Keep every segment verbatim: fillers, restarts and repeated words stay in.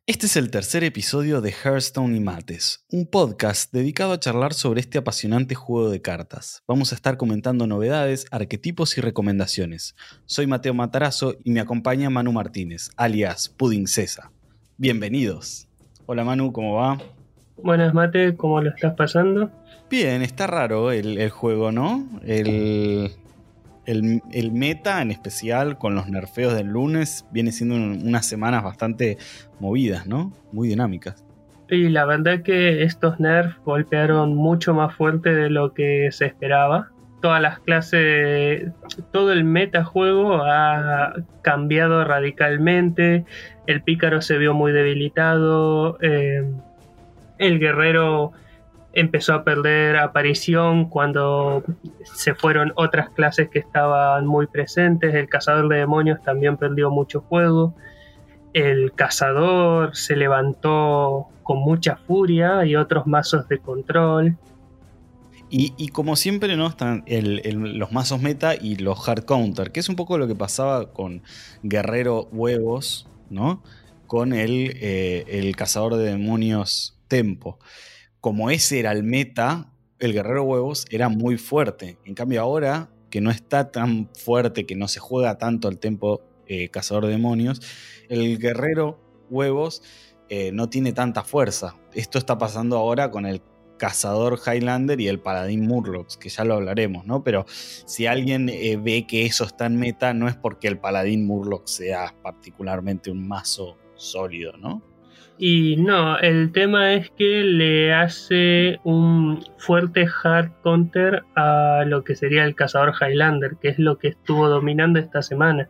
Este es el tercer episodio de Hearthstone y Mates, un podcast dedicado a charlar sobre este apasionante juego de cartas. Vamos a estar comentando novedades, arquetipos y recomendaciones. Soy Mateo Matarazzo y me acompaña Manu Martínez, alias Pudding Cesa. Bienvenidos. Hola Manu, ¿cómo va? Buenas Mate, ¿cómo lo estás pasando? Bien, está raro el, el juego, ¿no? El... El, el meta en especial con los nerfeos del lunes viene siendo un, unas semanas bastante movidas, ¿no? Muy dinámicas. Y la verdad que estos nerfs golpearon mucho más fuerte de lo que se esperaba. Todas las clases, todo el metajuego ha cambiado radicalmente. El pícaro se vio muy debilitado. Eh, el guerrero empezó a perder aparición cuando se fueron otras clases que estaban muy presentes. El cazador de demonios también perdió mucho juego. El cazador se levantó con mucha furia y otros mazos de control. Y, y como siempre, ¿no? Están el, el, los mazos meta y los hard counter, que es un poco lo que pasaba con Guerrero Huevos, ¿no? Con el, eh, el cazador de demonios Tempo. Como ese era el meta, el Guerrero Huevos era muy fuerte. En cambio ahora, que no está tan fuerte, que no se juega tanto el Tempo eh, Cazador de Demonios, el Guerrero Huevos eh, no tiene tanta fuerza. Esto está pasando ahora con el Cazador Highlander y el Paladín Murlocs, que ya lo hablaremos, ¿no? Pero si alguien eh, ve que eso está en meta, no es porque el Paladín Murloc sea particularmente un mazo sólido, ¿no? Y no, el tema es que le hace un fuerte hard counter a lo que sería el cazador Highlander, que es lo que estuvo dominando esta semana.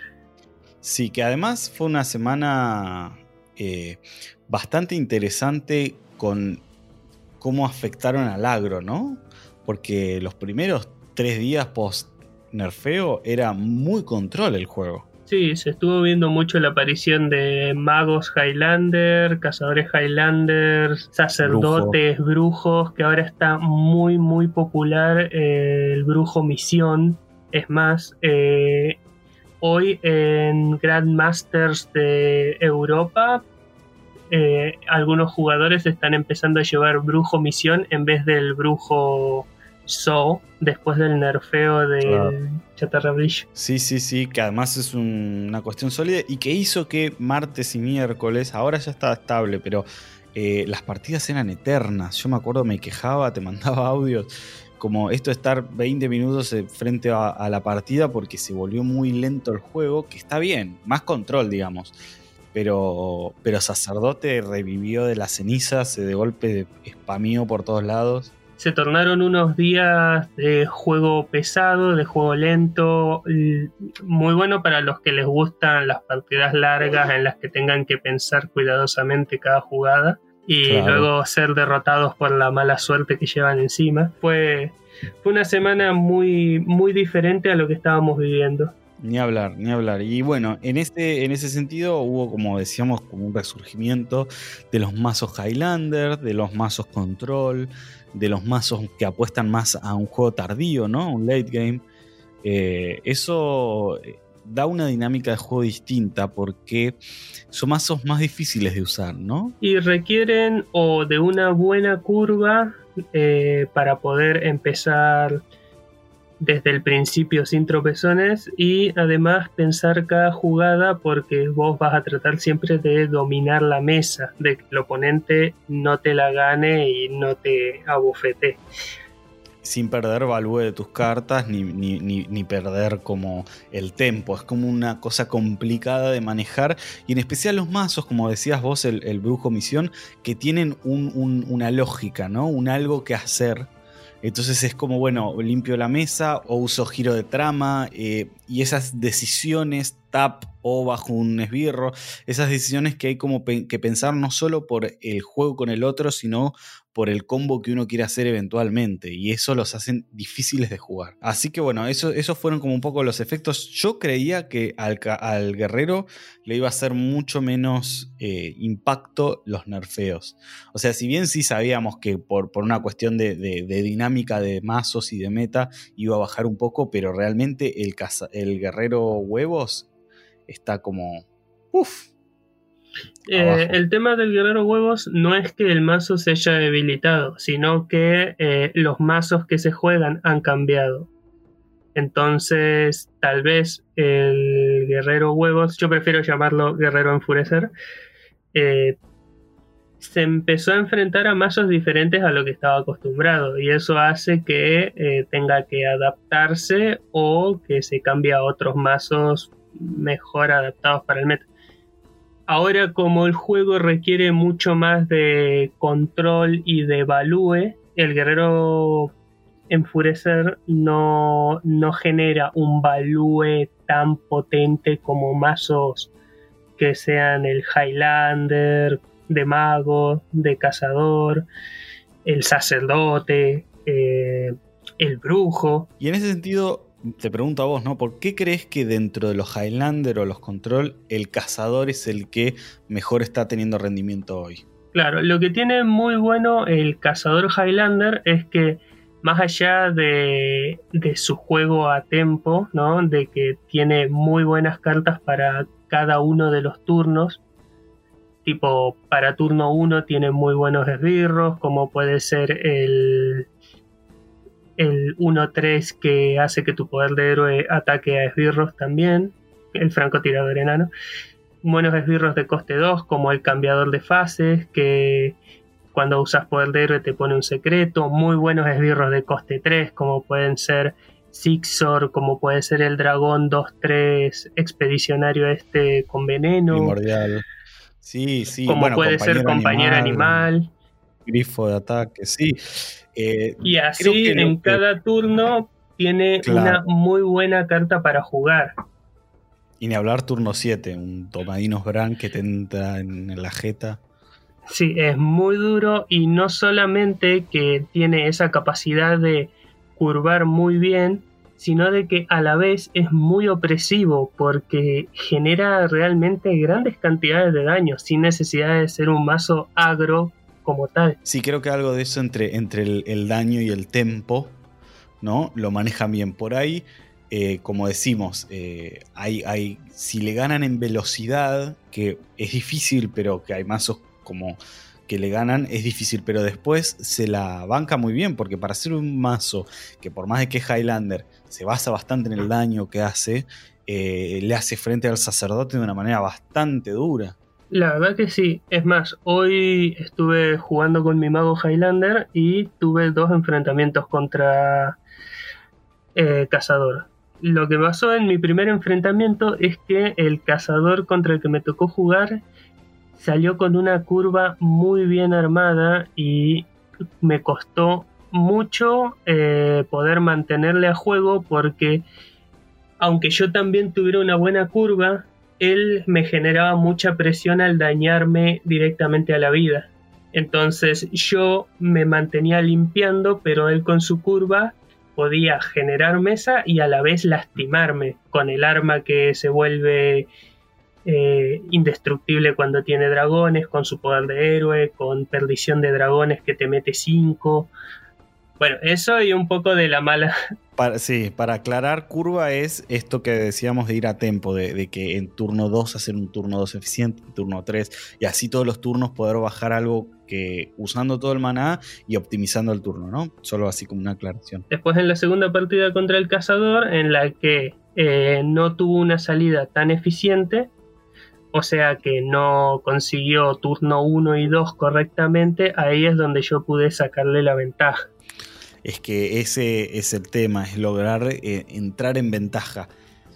Sí, que además fue una semana eh, bastante interesante con cómo afectaron al agro, ¿no? Porque los primeros tres días post nerfeo era muy control el juego. Sí, se estuvo viendo mucho la aparición de magos Highlander, cazadores Highlander, sacerdotes, Brujo. brujos, que ahora está muy muy popular eh, el brujo misión. Es más, eh, hoy en Grandmasters de Europa eh, algunos jugadores están empezando a llevar brujo misión en vez del brujo So, después del nerfeo del claro. Chatarra Bridge. Sí, sí, sí, que además es un, una cuestión sólida y que hizo que martes y miércoles, ahora ya está estable, pero eh, las partidas eran eternas. Yo me acuerdo, me quejaba, te mandaba audios, como esto de estar veinte minutos frente a, a la partida porque se volvió muy lento el juego, que está bien, más control, digamos. Pero, pero Sacerdote revivió de las cenizas, de golpe spameó por todos lados. Se tornaron unos días de juego pesado, de juego lento, muy bueno para los que les gustan las partidas largas en las que tengan que pensar cuidadosamente cada jugada y claro. luego ser derrotados por la mala suerte que llevan encima. Fue, fue una semana muy, muy diferente a lo que estábamos viviendo. Ni hablar, ni hablar. Y bueno, en ese, en ese sentido hubo, como decíamos, como un resurgimiento de los mazos Highlander, de los mazos Control, de los mazos que apuestan más a un juego tardío, ¿no? Un late game. Eh, eso da una dinámica de juego distinta porque son mazos más difíciles de usar, ¿no? Y requieren o de una buena curva eh, para poder empezar desde el principio sin tropezones y además pensar cada jugada porque vos vas a tratar siempre de dominar la mesa, de que el oponente no te la gane y no te abofete. Sin perder value de tus cartas ni, ni, ni, ni perder como el tempo. Es como una cosa complicada de manejar y en especial los mazos, como decías vos, el, el Brujo Misión, que tienen un, un, una lógica, ¿no? Un algo que hacer. Entonces es como, bueno, limpio la mesa o uso giro de trama eh, y esas decisiones, tap o bajo un esbirro, esas decisiones que hay como pe- que pensar no solo por el juego con el otro, sino por el combo que uno quiere hacer eventualmente, y eso los hacen difíciles de jugar. Así que bueno, eso, esos fueron como un poco los efectos. Yo creía que al, al guerrero le iba a hacer mucho menos eh, impacto los nerfeos. O sea, si bien sí sabíamos que por, por una cuestión de, de, de dinámica de mazos y de meta iba a bajar un poco, pero realmente el, caza, el guerrero huevos está como... ¡Uf! Eh, el tema del guerrero huevos no es que el mazo se haya debilitado, sino que eh, los mazos que se juegan han cambiado. Entonces, tal vez el guerrero huevos, yo prefiero llamarlo guerrero enfurecer, eh, se empezó a enfrentar a mazos diferentes a lo que estaba acostumbrado, y eso hace que eh, tenga que adaptarse o que se cambie a otros mazos mejor adaptados para el meta. Ahora, como el juego requiere mucho más de control y de value, el guerrero enfurecer no, no genera un value tan potente como mazos que sean el Highlander, de mago, de cazador, el sacerdote, eh, el brujo. Y en ese sentido, te pregunto a vos, ¿no? ¿Por qué crees que dentro de los Highlander o los Control, el cazador es el que mejor está teniendo rendimiento hoy? Claro, lo que tiene muy bueno el cazador Highlander es que más allá de, de su juego a tempo, ¿no? De que tiene muy buenas cartas para cada uno de los turnos. Tipo, para turno uno tiene muy buenos esbirros, como puede ser el, el uno tres que hace que tu poder de héroe ataque a esbirros también, el francotirador enano. Buenos esbirros de coste dos, como el cambiador de fases, que cuando usas poder de héroe te pone un secreto. Muy buenos esbirros de coste tres, como pueden ser Sixor, como puede ser el dragón dos tres expedicionario este con veneno. Primordial. Sí, sí. Como bueno, puede ser compañero animal, animal. Grifo de ataque, sí. Eh, y así en que... cada turno tiene claro. una muy buena carta para jugar. Y ni hablar turno siete, un Tomadinos Bran que te entra en, en la jeta. Sí, es muy duro, y no solamente que tiene esa capacidad de curvar muy bien, sino de que a la vez es muy opresivo porque genera realmente grandes cantidades de daño sin necesidad de ser un mazo agro como tal. Sí, creo que algo de eso entre, entre el, el daño y el tempo, ¿no? Lo manejan bien. Por ahí, eh, como decimos, eh, hay, hay, si le ganan en velocidad, que es difícil, pero que hay mazos como que le ganan, es difícil, pero después se la banca muy bien, porque para hacer un mazo que por más de que es Highlander se basa bastante en el daño que hace, eh, le hace frente al sacerdote de una manera bastante dura. La verdad que sí, es más, hoy estuve jugando con mi mago Highlander y tuve dos enfrentamientos contra eh, cazador. Lo que pasó en mi primer enfrentamiento es que el cazador contra el que me tocó jugar salió con una curva muy bien armada y me costó mucho eh, poder mantenerle a juego, porque aunque yo también tuviera una buena curva, él me generaba mucha presión al dañarme directamente a la vida. Entonces yo me mantenía limpiando, pero él con su curva podía generar mesa y a la vez lastimarme con el arma que se vuelve Eh, indestructible cuando tiene dragones, con su poder de héroe, con perdición de dragones que te mete cinco. Bueno, eso y un poco de la mala. Para, sí, para aclarar, curva es esto que decíamos de ir a tempo, de, de que en turno dos hacer un turno dos eficiente, en turno tres, y así todos los turnos poder bajar algo que usando todo el maná y optimizando el turno, ¿no? Solo así como una aclaración. Después en la segunda partida contra el cazador, en la que eh, no tuvo una salida tan eficiente, o sea que no consiguió turno uno y dos correctamente, ahí es donde yo pude sacarle la ventaja. Es que ese es el tema, es lograr eh, entrar en ventaja.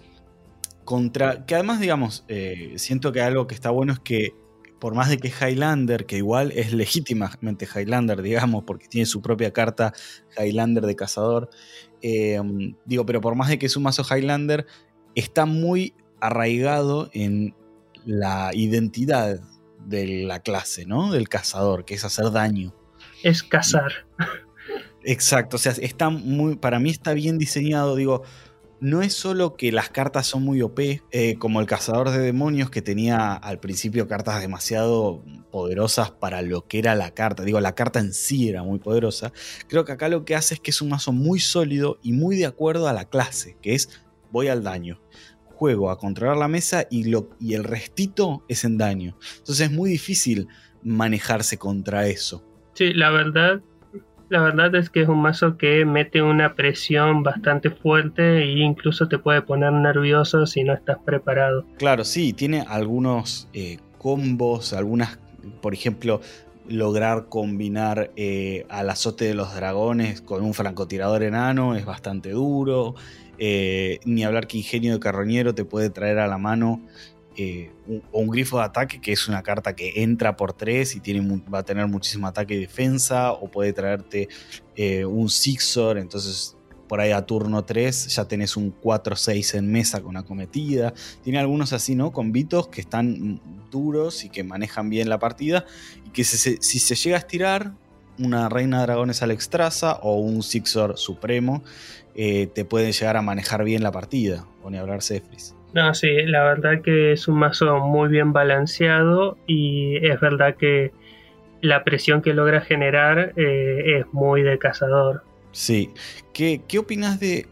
Contra, que además, digamos, eh, siento que algo que está bueno es que por más de que es Highlander, que igual es legítimamente Highlander, digamos, porque tiene su propia carta Highlander de cazador, eh, digo, pero por más de que es un mazo Highlander, está muy arraigado en la identidad de la clase, ¿no? Del cazador, que es hacer daño. Es cazar. Exacto, o sea, está muy, para mí está bien diseñado, digo, no es solo que las cartas son muy O P, eh, como el cazador de demonios, que tenía al principio cartas demasiado poderosas para lo que era la carta, digo, la carta en sí era muy poderosa. Creo que acá lo que hace es que es un mazo muy sólido y muy de acuerdo a la clase, que es voy al daño. juego a controlar la mesa y, lo, y el restito es en daño. Entonces es muy difícil manejarse contra eso. Sí, la verdad, la verdad es que es un mazo que mete una presión bastante fuerte e incluso te puede poner nervioso si no estás preparado. Claro, sí, tiene algunos eh, combos, algunas, por ejemplo, lograr combinar eh, al azote de los dragones con un francotirador enano es bastante duro. Eh, ni hablar que Ingenio de Carroñero te puede traer a la mano eh, un, un grifo de ataque, que es una carta que entra por tres y tiene, va a tener muchísimo ataque y defensa, o puede traerte eh, un Sixor, entonces por ahí a turno tres ya tenés un cuatro seis en mesa con acometida. Tiene algunos así, ¿no? Combitos que están duros y que manejan bien la partida, y que si se, si se llega a estirar una Reina de Dragones Alexstrasza o un Sixor Supremo, eh, te pueden llegar a manejar bien la partida, o ni hablar Zefris. No, sí, la verdad que es un mazo muy bien balanceado, y es verdad que la presión que logra generar eh, es muy de cazador. Sí. ¿Qué, qué opinas de,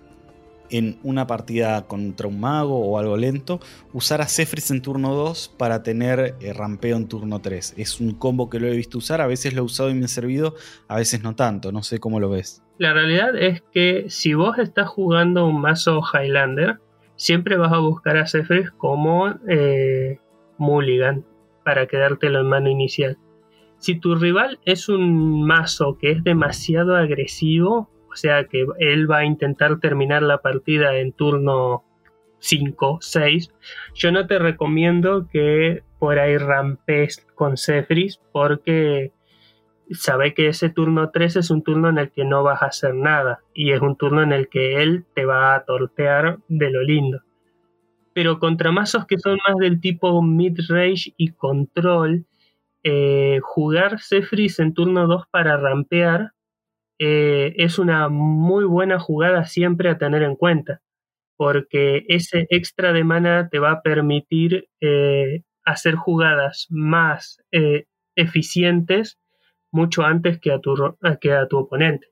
en una partida contra un mago o algo lento, usar a Zefris en turno dos para tener eh, rampeo en turno tres? Es un combo que lo he visto usar, a veces lo he usado y me ha servido, a veces no tanto, no sé cómo lo ves. La realidad es que si vos estás jugando un mazo Highlander, siempre vas a buscar a Zefris como eh, mulligan para quedártelo en mano inicial. Si tu rival es un mazo que es demasiado agresivo, o sea que él va a intentar terminar la partida en turno cinco, seis, yo no te recomiendo que por ahí rampees con Zefris, porque sabe que ese turno tres es un turno en el que no vas a hacer nada, y es un turno en el que él te va a tortear de lo lindo. Pero contra mazos que son más del tipo mid-range y control, eh, jugar Zefris en turno dos para rampear eh, es una muy buena jugada siempre a tener en cuenta, porque ese extra de mana te va a permitir eh, hacer jugadas más eh, eficientes mucho antes que a, tu, que a tu oponente.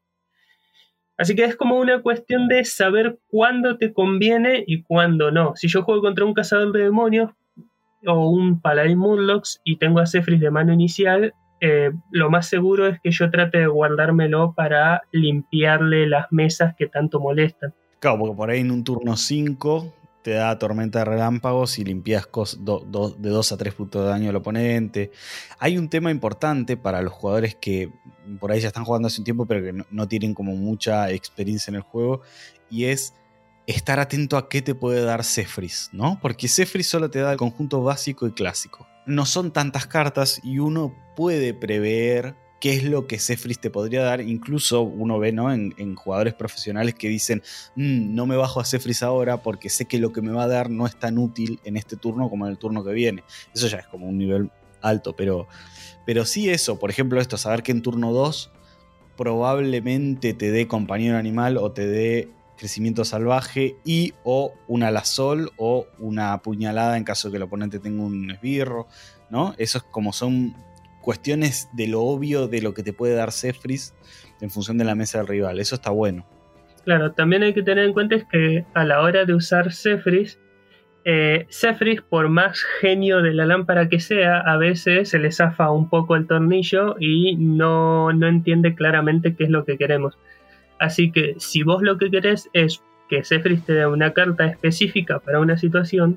Así que es como una cuestión de saber cuándo te conviene y cuándo no. Si yo juego contra un cazador de demonios o un paladín Murlocs y tengo a Zefris de mano inicial, eh, lo más seguro es que yo trate de guardármelo para limpiarle las mesas que tanto molestan. Claro, porque por ahí en un turno cinco te da tormenta de relámpagos y limpias do, do, de dos a tres puntos de daño al oponente. Hay un tema importante para los jugadores que por ahí ya están jugando hace un tiempo, pero que no, no tienen como mucha experiencia en el juego, y es estar atento a qué te puede dar Zefris, ¿no? Porque Zefris solo te da el conjunto básico y clásico. No son tantas cartas y uno puede prever qué es lo que Zefris te podría dar. Incluso uno ve, ¿no?, en, en jugadores profesionales que dicen mmm, no me bajo a Zefris ahora porque sé que lo que me va a dar no es tan útil en este turno como en el turno que viene. Eso ya es como un nivel alto, pero, pero sí eso, por ejemplo esto, saber que en turno dos probablemente te dé compañero animal o te dé crecimiento salvaje y o una alasol o una puñalada en caso de que el oponente tenga un esbirro, ¿no? Eso es como son cuestiones de lo obvio de lo que te puede dar Zefris en función de la mesa del rival. Eso está bueno. Claro, también hay que tener en cuenta es que a la hora de usar Zefris, eh, Zefris, por más genio de la lámpara que sea, a veces se le zafa un poco el tornillo y no, no entiende claramente qué es lo que queremos. Así que si vos lo que querés es que Zefris te dé una carta específica para una situación,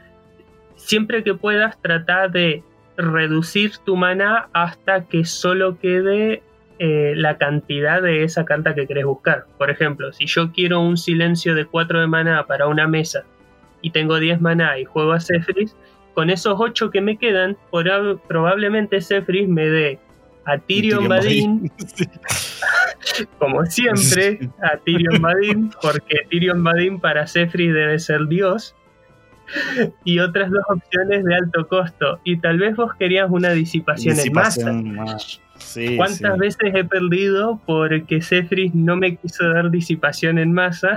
siempre que puedas trata de reducir tu maná hasta que solo quede eh, la cantidad de esa carta que querés buscar. Por ejemplo, si yo quiero un silencio de cuatro de maná para una mesa y tengo diez maná y juego a Zefris, con esos ocho que me quedan, por, probablemente Zefris me dé a Tyrion Badin, como siempre, a Tyrion Badin, porque Tyrion Badin para Zefris debe ser Dios, y otras dos opciones de alto costo. Y tal vez vos querías una disipación, disipación en masa. Más. Sí, ¿Cuántas sí. veces he perdido porque Zefris no me quiso dar disipación en masa?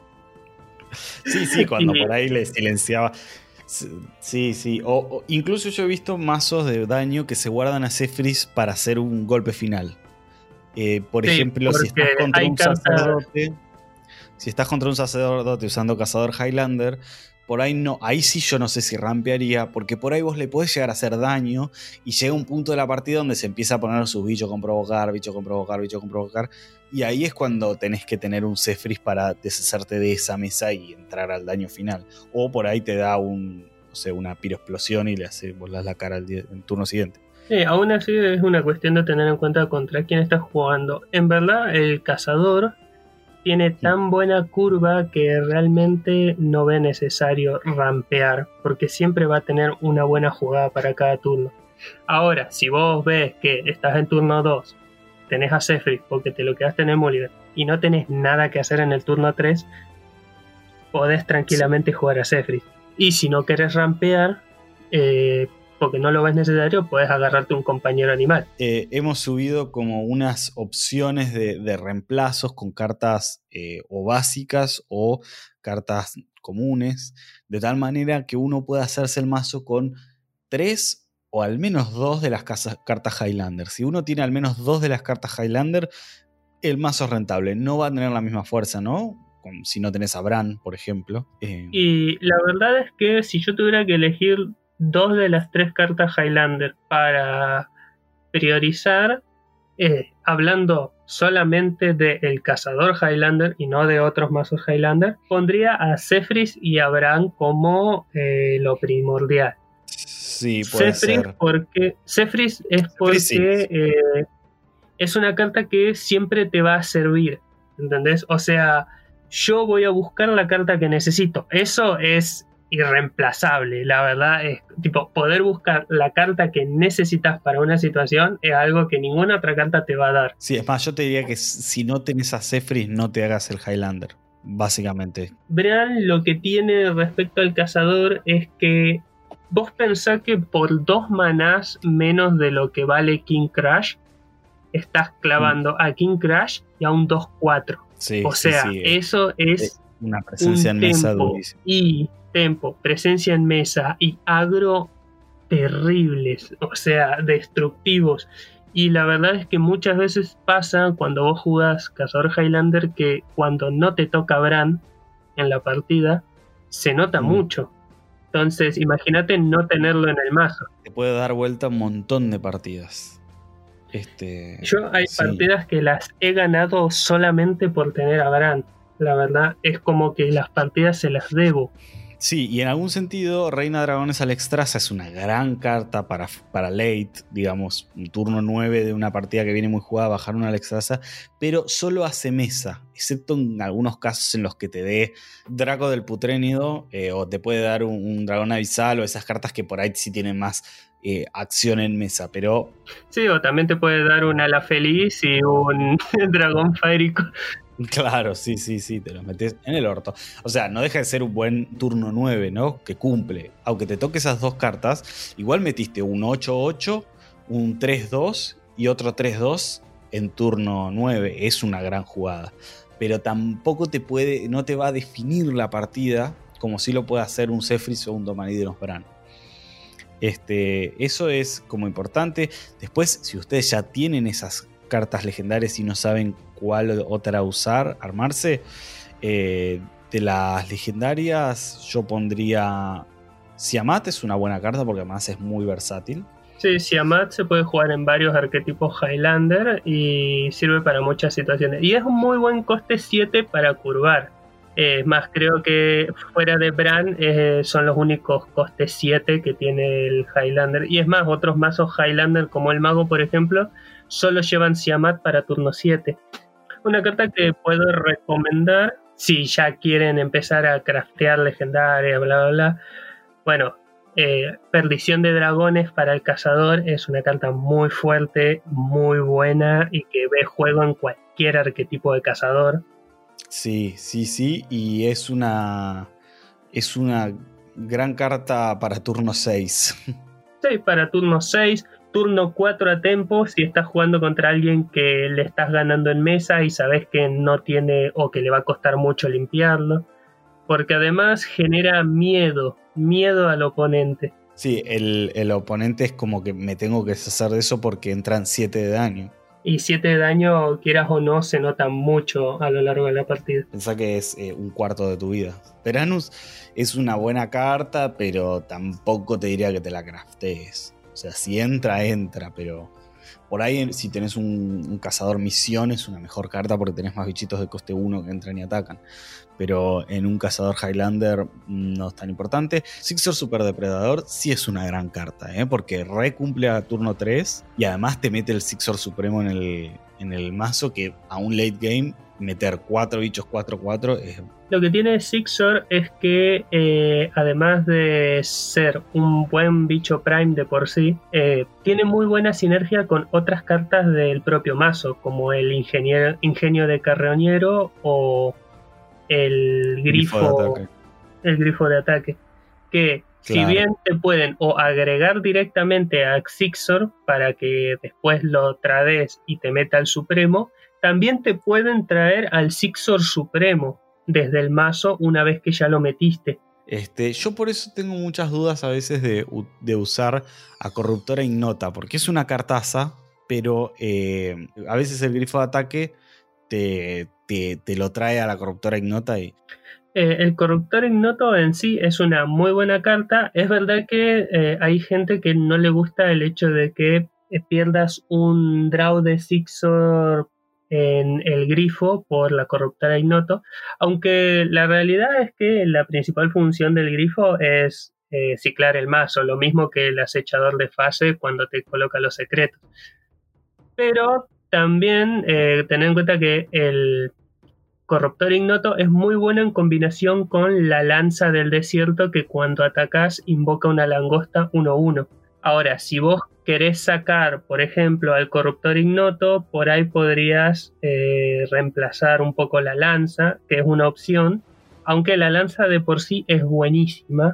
Sí, sí, cuando y... por ahí le silenciaba. Sí, sí. O, o incluso yo he visto mazos de daño que se guardan a Zefris para hacer un golpe final. Eh, por sí, ejemplo, si estás contra un cartas... sacerdote, si estás contra un sacerdote usando cazador Highlander, por ahí no, ahí sí yo no sé si rampearía, porque por ahí vos le podés llegar a hacer daño y llega un punto de la partida donde se empieza a poner sus bichos con provocar, bicho con provocar, bicho con provocar, y ahí es cuando tenés que tener un Zephrys para deshacerte de esa mesa y entrar al daño final. O por ahí te da un, no sé, una piroexplosión y le hace volar la cara al día, el turno siguiente. Sí, aún así es una cuestión de tener en cuenta contra quién estás jugando. En verdad, el cazador tiene tan buena curva que realmente no ve necesario rampear, porque siempre va a tener una buena jugada para cada turno. Ahora, si vos ves que estás en turno dos, tenés a Zephrys porque te lo quedaste en Emoliver y no tenés nada que hacer en el turno tres, podés tranquilamente jugar a Zephrys. Y si no querés rampear, eh, porque no lo ves necesario, puedes agarrarte un compañero animal. Eh, hemos subido como unas opciones de, de reemplazos con cartas eh, o básicas o cartas comunes, de tal manera que uno pueda hacerse el mazo con tres o al menos dos de las casas, cartas Highlander. Si uno tiene al menos dos de las cartas Highlander, el mazo es rentable. No va a tener la misma fuerza, ¿no? Como si no tenés a Bran, por ejemplo. Eh, y la verdad es que si yo tuviera que elegir dos de las tres cartas Highlander para priorizar, eh, hablando solamente del cazador Highlander y no de otros mazos Highlander, pondría a Zephrys y a Bran como eh, lo primordial. Sí, puede Zephrys ser. porque Zephrys es porque Zephrys, sí. eh, es una carta que siempre te va a servir, ¿entendés? O sea, yo voy a buscar la carta que necesito. Eso es irreemplazable, la verdad. Es tipo, poder buscar la carta que necesitas para una situación es algo que ninguna otra carta te va a dar. Sí, es más, yo te diría que si no tenés a Zephrys, no te hagas el Highlander, básicamente. Bran lo que tiene respecto al cazador es que vos pensás que por dos manás menos de lo que vale King Crash, estás clavando mm. a King Crash y a un dos cuatro. Sí, o sea, sí, sí, eso es, es una presencia un en mesa tempo durísima. Y tempo, presencia en mesa y agro terribles, o sea, destructivos. Y la verdad es que muchas veces pasa cuando vos jugás Cazador Highlander que cuando no te toca Bran en la partida, se nota mm. mucho. Entonces, imagínate no tenerlo en el mazo. Te puede dar vuelta un montón de partidas. Este, Yo hay sí. partidas que las he ganado solamente por tener a Bran. La verdad es como que las partidas se las debo. Sí, y en algún sentido Reina Dragones Alexstrasza es una gran carta para, para late, digamos, un turno nueve de una partida que viene muy jugada, bajar una Alexstrasza, pero solo hace mesa, excepto en algunos casos en los que te dé Draco del Putrénido eh, o te puede dar un, un Dragón Abisal o esas cartas que por ahí sí tienen más eh, acción en mesa, pero... Sí, o también te puede dar un Ala Feliz y un Dragón Férico. Claro, sí, sí, sí, te los metes en el orto. O sea, no deja de ser un buen turno nueve, ¿no? Que cumple. Aunque te toque esas dos cartas, igual metiste un ocho ocho, un tres dos y otro tres dos en turno nueve. Es una gran jugada. Pero tampoco te puede, no te va a definir la partida como si lo puede hacer un Zephrys o un Domanidros Bran. Este, eso es como importante. Después, si ustedes ya tienen esas cartas legendarias y no saben cuál otra usar, armarse, eh, de las legendarias yo pondría Siamat, es una buena carta porque además es muy versátil. Sí, Siamat se puede jugar en varios arquetipos Highlander y sirve para muchas situaciones. Y es un muy buen coste siete para curvar. Es eh, más, creo que fuera de Bran eh, son los únicos costes siete que tiene el Highlander. Y es más, otros mazos Highlander como el Mago, por ejemplo, solo llevan Siamat para turno siete. Una carta que puedo recomendar si ya quieren empezar a craftear legendaria, bla, bla, bla. Bueno, eh, Perdición de Dragones para el Cazador es una carta muy fuerte, muy buena y que ve juego en cualquier arquetipo de Cazador. Sí, sí, sí, y es una, es una gran carta para turno seis. Sí, para turno seis. Turno cuatro a tempo si estás jugando contra alguien que le estás ganando en mesa y sabes que no tiene o que le va a costar mucho limpiarlo, porque además genera miedo, miedo al oponente. Sí, el, el oponente es como que me tengo que deshacer de eso porque entran siete de daño. Y siete de daño, quieras o no, se nota mucho a lo largo de la partida. Pensá que es eh, un cuarto de tu vida. Peranus es una buena carta, pero tampoco te diría que te la craftees. O sea, si entra, entra, pero por ahí si tenés un, un cazador misión es una mejor carta porque tenés más bichitos de coste uno que entran y atacan. Pero en un cazador Highlander no es tan importante. Sixer Super Depredador sí es una gran carta, ¿eh? Porque recumple a turno tres y además te mete el Sixer Supremo en el, en el mazo, que a un late game meter cuatro bichos cuatro cuatro es... Lo que tiene Sixer es que eh, además de ser un buen bicho prime de por sí, eh, tiene muy buena sinergia con otras cartas del propio mazo, como el ingeniero, ingenio de carroñero o el grifo, grifo de ataque. El grifo de ataque. Que claro, si bien te pueden o agregar directamente a Sixer para que después lo trades y te meta al Supremo, también te pueden traer al Sixer Supremo desde el mazo una vez que ya lo metiste. Este, yo por eso tengo muchas dudas a veces de, de usar a Corruptora Ignota, porque es una cartaza, pero eh, a veces el grifo de ataque te, te, te lo trae a la Corruptora Ignota y... Eh, el Corruptor Ignoto en sí es una muy buena carta. Es verdad que eh, hay gente que no le gusta el hecho de que eh, pierdas un draw de Sixer en el grifo por la Corruptora Ignoto, aunque la realidad es que la principal función del grifo es eh, ciclar el mazo, lo mismo que el acechador de fase cuando te coloca los secretos. Pero también eh, tener en cuenta que el Corruptor Ignoto es muy bueno en combinación con la lanza del desierto, que cuando atacas invoca una langosta uno uno. Ahora, si vos querés sacar, por ejemplo, al Corruptor Ignoto, por ahí podrías eh, reemplazar un poco la lanza, que es una opción, aunque la lanza de por sí es buenísima.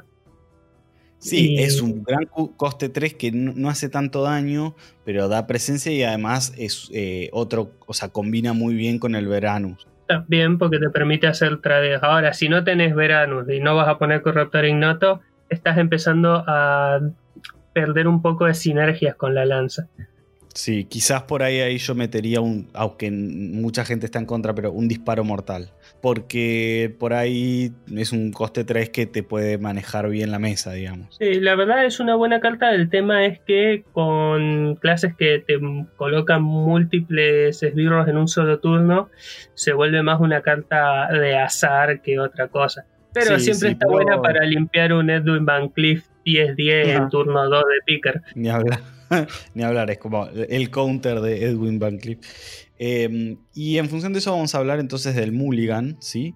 Sí, y... es un gran coste tres que no, no hace tanto daño, pero da presencia y además es eh, otro, o sea, combina muy bien con el Veranus. Bien, porque te permite hacer trades. Ahora, si no tenés Veranus y no vas a poner Corruptor Ignoto, estás empezando a perder un poco de sinergias con la lanza. Sí, quizás por ahí, ahí yo metería un, aunque mucha gente está en contra, pero un disparo mortal. Porque por ahí es un coste tres que te puede manejar bien la mesa, digamos. Sí, la verdad es una buena carta. El tema es que con clases que te colocan múltiples esbirros en un solo turno, se vuelve más una carta de azar que otra cosa. Pero sí, siempre sí, está pero... buena para limpiar un Edwin Van Cleef diez diez uh-huh. en turno dos de picker. Ni hablar. Ni hablar, es como el counter de Edwin Van Cleef. Eh, y en función de eso vamos a hablar entonces del mulligan, ¿sí?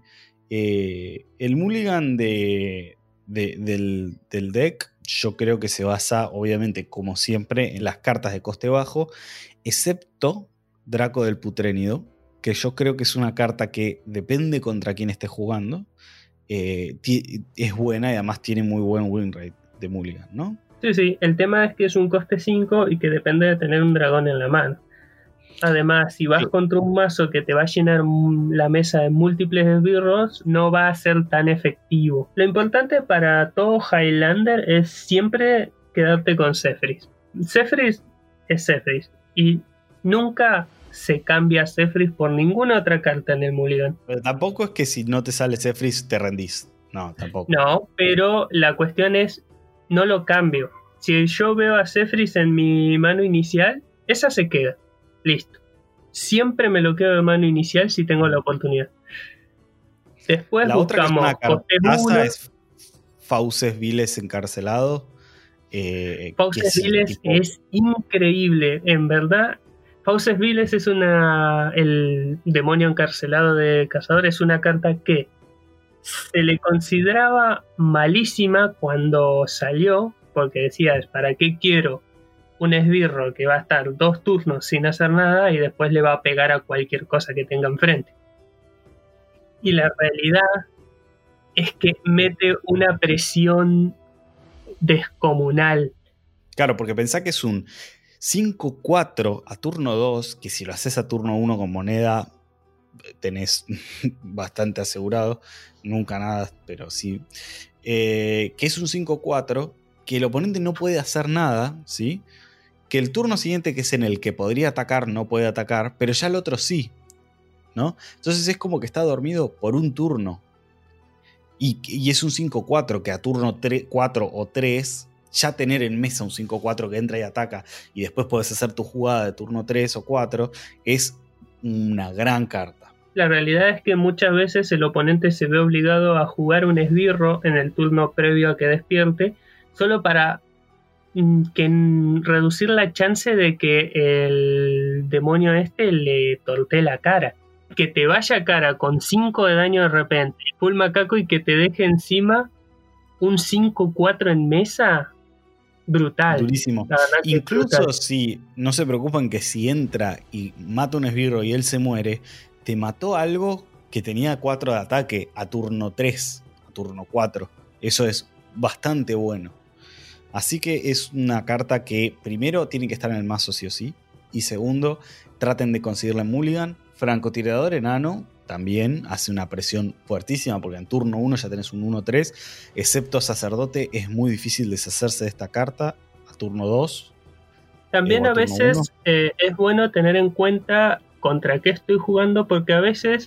Eh, el mulligan de, de, del, del deck yo creo que se basa, obviamente, como siempre, en las cartas de coste bajo, excepto Draco del Putrénido, que yo creo que es una carta que depende contra quién esté jugando. Eh, t- es buena y además tiene muy buen win rate de mulligan, ¿no? Sí, sí, el tema es que es un coste cinco y que depende de tener un dragón en la mano. Además, si vas sí. contra un mazo que te va a llenar la mesa de múltiples esbirros, no va a ser tan efectivo. Lo importante para todo Highlander es siempre quedarte con Zephrys. Zephrys es Zephrys y nunca se cambia Zephrys por ninguna otra carta en el mulligan. Pero tampoco es que si no te sale Zephrys te rendís. No, tampoco. No, pero la cuestión es... no lo cambio. Si yo veo a Zephrys en mi mano inicial, esa se queda. Listo. Siempre me lo quedo de mano inicial si tengo la oportunidad. Después la buscamos otra que es, una es Fauces Viles encarcelado. Eh, Fauces Viles tipo... es increíble. En verdad, Fauces Viles es una... el demonio encarcelado de Cazador es una carta que se le consideraba malísima cuando salió, porque decías, ¿para qué quiero un esbirro que va a estar dos turnos sin hacer nada y después le va a pegar a cualquier cosa que tenga enfrente? Y la realidad es que mete una presión descomunal. Claro, porque pensá que es un cinco cuatro a turno dos, que si lo haces a turno uno con moneda tenés bastante asegurado, nunca nada, pero sí, eh, que es un cinco cuatro, que el oponente no puede hacer nada, ¿sí? que el turno siguiente, que es en el que podría atacar, no puede atacar, pero ya el otro sí, ¿no? Entonces es como que está dormido por un turno. Y, y es un cinco cuatro que a turno cuatro o tres, ya tener en mesa un cinco cuatro que entra y ataca, y después puedes hacer tu jugada de turno tres o cuatro, es una gran carta. La realidad es que muchas veces el oponente se ve obligado a jugar un esbirro en el turno previo a que despierte, solo para que reducir la chance de que el demonio este le tortee la cara. Que te vaya a cara con cinco de daño de repente, full macaco, y que te deje encima un cinco cuatro en mesa, brutal. Durísimo. Incluso brutal. Si no se preocupan que si entra y mata un esbirro y él se muere, te mató algo que tenía cuatro de ataque a turno tres, a turno cuatro. Eso es bastante bueno. Así que es una carta que primero tiene que estar en el mazo sí o sí. Y segundo, traten de conseguirla en Mulligan. Francotirador enano también hace una presión fuertísima, porque en turno uno ya tenés un uno tres. Excepto sacerdote, es muy difícil deshacerse de esta carta a turno dos. También a, a veces eh, es bueno tener en cuenta contra qué estoy jugando, porque a veces,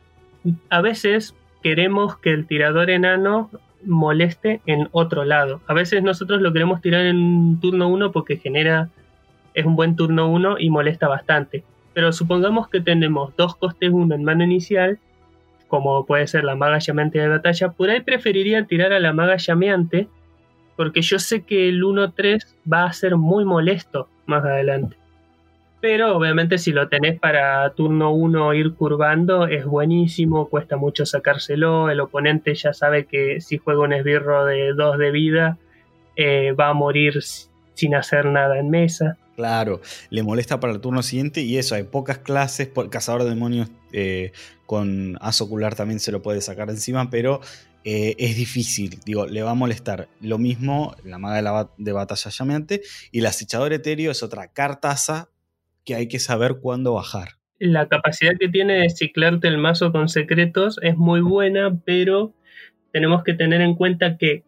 a veces queremos que el tirador enano moleste en otro lado. A veces nosotros lo queremos tirar en turno uno porque genera, es un buen turno uno y molesta bastante. Pero supongamos que tenemos dos costes uno en mano inicial, como puede ser la maga llameante de batalla. Por ahí preferiría tirar a la maga llameante, porque yo sé que el uno tres va a ser muy molesto más adelante. Pero obviamente si lo tenés para turno uno ir curvando es buenísimo, cuesta mucho sacárselo, el oponente ya sabe que si juega un esbirro de dos de vida eh, va a morir sin hacer nada en mesa. Claro, le molesta para el turno siguiente y eso, hay pocas clases, el cazador de demonios eh, con as ocular también se lo puede sacar encima, pero eh, es difícil, digo, le va a molestar. Lo mismo la maga de, la bat- de batalla llameante, y el acechador etéreo es otra cartaza que hay que saber cuándo bajar. La capacidad que tiene de ciclarte el mazo con secretos es muy buena, pero tenemos que tener en cuenta que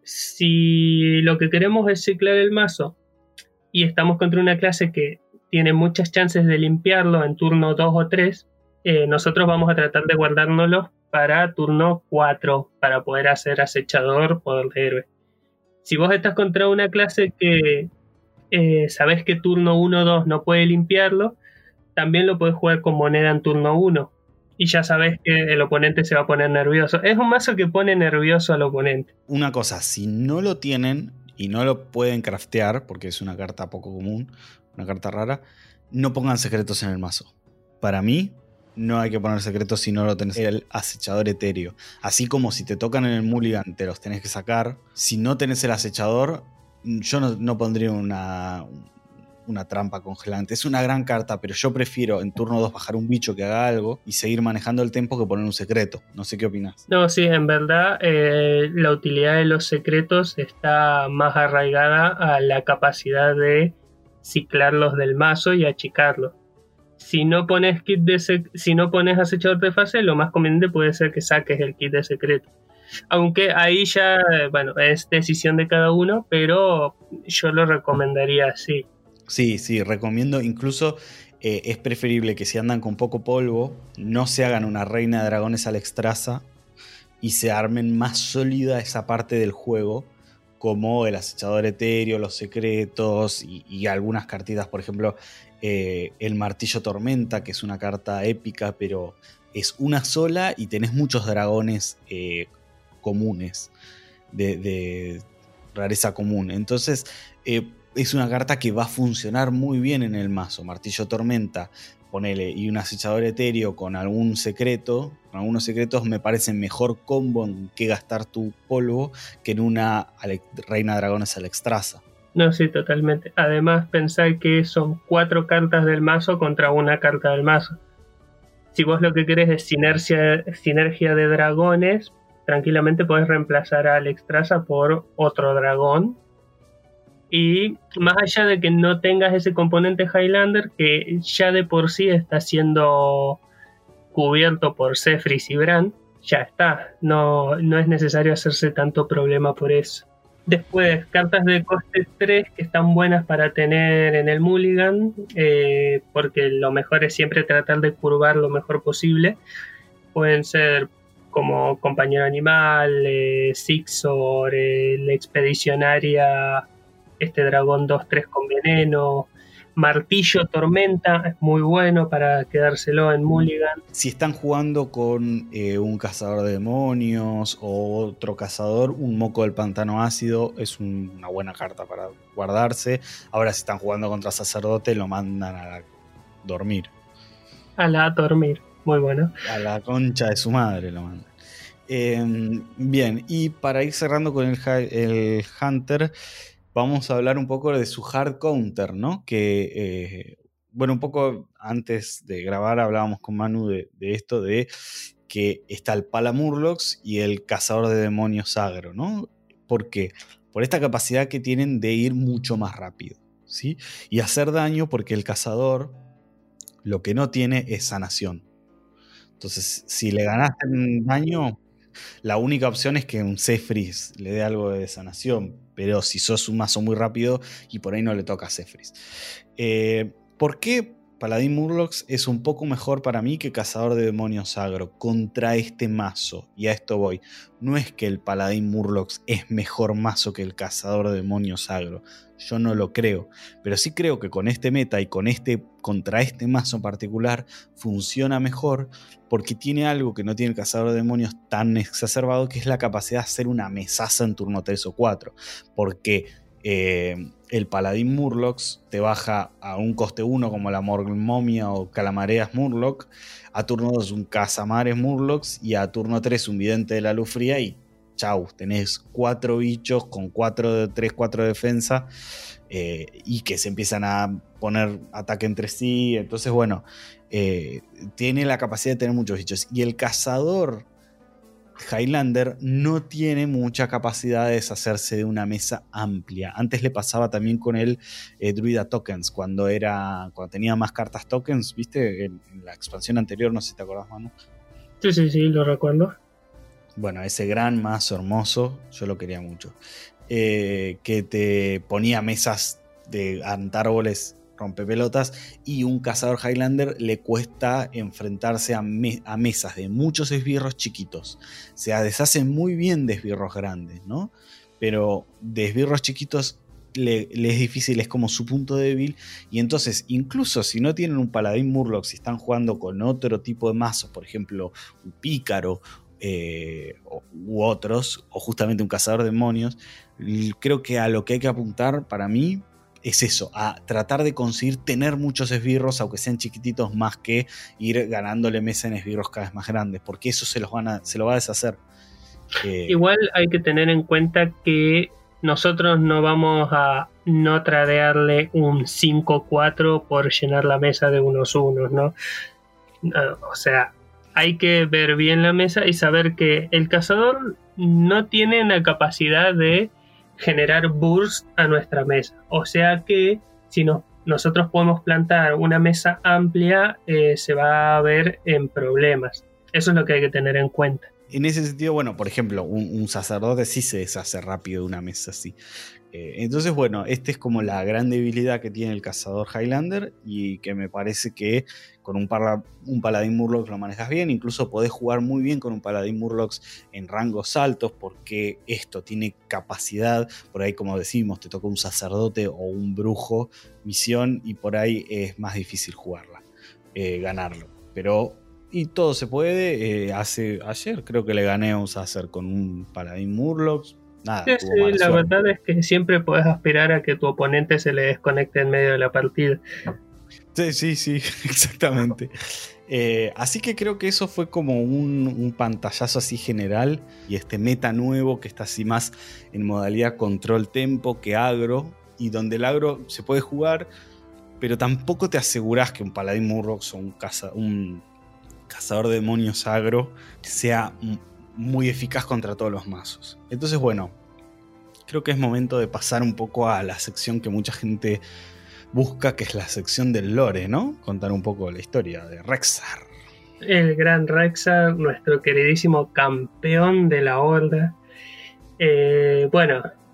si lo que queremos es ciclar el mazo y estamos contra una clase que tiene muchas chances de limpiarlo en turno dos o tres, eh, nosotros vamos a tratar de guardárnoslo para turno cuatro, para poder hacer acechador poder de héroe. Si vos estás contra una clase que eh, sabés que turno uno o dos no puede limpiarlo, también lo puedes jugar con moneda en turno uno. Y ya sabes que el oponente se va a poner nervioso. Es un mazo que pone nervioso al oponente. Una cosa, si no lo tienen y no lo pueden craftear, porque es una carta poco común, una carta rara, no pongan secretos en el mazo. Para mí, no hay que poner secretos si no lo tenés. El acechador etéreo. Así como si te tocan en el mulligan, te los tenés que sacar. Si no tenés el acechador, yo no, no pondría una... una trampa congelante. Es una gran carta, pero yo prefiero en turno dos bajar un bicho que haga algo y seguir manejando el tempo que poner un secreto. No sé qué opinás. No, sí, en verdad eh, la utilidad de los secretos está más arraigada a la capacidad de ciclarlos del mazo y achicarlos. Si no pones kit de sec- si no pones acechador de fase, lo más conveniente puede ser que saques el kit de secreto. Aunque ahí ya, bueno, es decisión de cada uno, pero yo lo recomendaría así. Sí, sí, recomiendo. Incluso eh, es preferible que si andan con poco polvo, no se hagan una reina de dragones al extraza y se armen más sólida esa parte del juego, como el acechador etéreo, los secretos y, y algunas cartitas, por ejemplo, eh, el martillo tormenta, que es una carta épica, pero es una sola y tenés muchos dragones eh, comunes, de, de rareza común. Entonces, eh, es una carta que va a funcionar muy bien en el mazo. Martillo tormenta, ponele, y un acechador etéreo con algún secreto, con algunos secretos me parece mejor combo en que gastar tu polvo que en una ale- reina de dragones al extraza. No, sí, totalmente. Además, pensar que son cuatro cartas del mazo contra una carta del mazo. Si vos lo que querés es sinergia, sinergia de dragones, tranquilamente podés reemplazar al extraza por otro dragón. Y más allá de que no tengas ese componente Highlander, que ya de por sí está siendo cubierto por Zephrys y Bran, ya está. No, no es necesario hacerse tanto problema por eso. Después, cartas de coste tres que están buenas para tener en el Mulligan, eh, porque lo mejor es siempre tratar de curvar lo mejor posible. Pueden ser como Compañero Animal, eh, Sixor, eh, la Expedicionaria, este Dragón dos tres con veneno, Martillo Tormenta, es muy bueno para quedárselo en Mulligan. Si están jugando con eh, un cazador de demonios o otro cazador, un Moco del Pantano Ácido es un, una buena carta para guardarse. Ahora si están jugando contra sacerdote, lo mandan a dormir. A la dormir, muy bueno. A la concha de su madre lo mandan. Eh, bien, y para ir cerrando con el, el Hunter, vamos a hablar un poco de su hard counter, ¿no? Que, eh, bueno, un poco antes de grabar hablábamos con Manu de, de esto, de que está el Palamurlocs y el Cazador de Demonios Agro, ¿no? ¿Por qué? Por esta capacidad que tienen de ir mucho más rápido, ¿sí? Y hacer daño, porque el cazador lo que no tiene es sanación. Entonces, si le ganaste en daño, la única opción es que un Zephrys le dé algo de sanación, pero si sos un mazo muy rápido y por ahí no le toca a Zephrys. Eh, ¿Por qué Paladín Murlocs es un poco mejor para mí que Cazador de Demonios Agro contra este mazo? Y a esto voy. No es que el Paladín Murlocs es mejor mazo que el Cazador de Demonios Agro. Yo no lo creo. Pero sí creo que con este meta y con este, contra este mazo en particular funciona mejor porque tiene algo que no tiene el Cazador de Demonios tan exacerbado, que es la capacidad de hacer una mesaza en turno tres o cuatro. Porque eh, el Paladín Murlocs te baja a un coste uno como la Morgmomia o Calamareas Murloc, a turno dos un Cazamares Murlocs y a turno tres un Vidente de la Luz Fría y chau, tenés cuatro bichos con cuatro, tres, cuatro de defensa eh, y que se empiezan a poner ataque entre sí. Entonces, bueno, eh, tiene la capacidad de tener muchos bichos. Y el cazador Highlander no tiene mucha capacidad de deshacerse de una mesa amplia. Antes le pasaba también con el eh, Druida Tokens, cuando era cuando tenía más cartas tokens, ¿viste? En, en la expansión anterior, no sé si te acordás, Manu. Sí, sí, sí, lo recuerdo. Bueno, ese gran mazo hermoso, yo lo quería mucho. Eh, que te ponía mesas de antárboles rompepelotas, y un cazador Highlander le cuesta enfrentarse a, me a mesas de muchos esbirros chiquitos. O sea, deshacen muy bien de esbirros grandes, ¿no? Pero de esbirros chiquitos le, le es difícil, es como su punto débil. Y entonces, incluso si no tienen un Paladín Murloc, si están jugando con otro tipo de mazos, por ejemplo, un pícaro, Eh, u otros, o justamente un cazador de demonios, creo que a lo que hay que apuntar para mí es eso, a tratar de conseguir tener muchos esbirros, aunque sean chiquititos, más que ir ganándole mesa en esbirros cada vez más grandes, porque eso se los van a, se lo va a deshacer. Eh, Igual hay que tener en cuenta que nosotros no vamos a no tradearle un cinco cuatro por llenar la mesa de unos unos, ¿no? Uh, o sea, hay que ver bien la mesa y saber que el cazador no tiene la capacidad de generar burst a nuestra mesa. O sea que si no, nosotros podemos plantar una mesa amplia, eh, se va a ver en problemas. Eso es lo que hay que tener en cuenta. En ese sentido, bueno, por ejemplo, un, un sacerdote sí se deshace rápido de una mesa así. Eh, entonces, bueno, esta es como la gran debilidad que tiene el cazador Highlander, y que me parece que con un, parla, un Paladín Murloc lo manejas bien. Incluso podés jugar muy bien con un Paladín Murloc en rangos altos, porque esto tiene capacidad. Por ahí, como decimos, te toca un sacerdote o un brujo misión y por ahí es más difícil jugarla, eh, ganarlo. Pero... y todo se puede. Eh, hace, ayer creo que le gané a un Sacer con un Paladín Murloc. Nada, sí, sí, la suerte. Verdad es que siempre puedes aspirar a que tu oponente se le desconecte en medio de la partida. Sí, sí, sí, exactamente. Eh, así que creo que eso fue como un, un pantallazo así general. Y este meta nuevo que está así más en modalidad control tempo que agro. Y donde el agro se puede jugar, pero tampoco te asegurás que un Paladín Murloc o un, caza, un cazador de demonios agro sea muy eficaz contra todos los mazos. Entonces, bueno, creo que es momento de pasar un poco a la sección que mucha gente busca, que es la sección del lore, ¿no? Contar un poco la historia de Rexxar. El gran Rexxar, nuestro queridísimo campeón de la horda. Eh, bueno,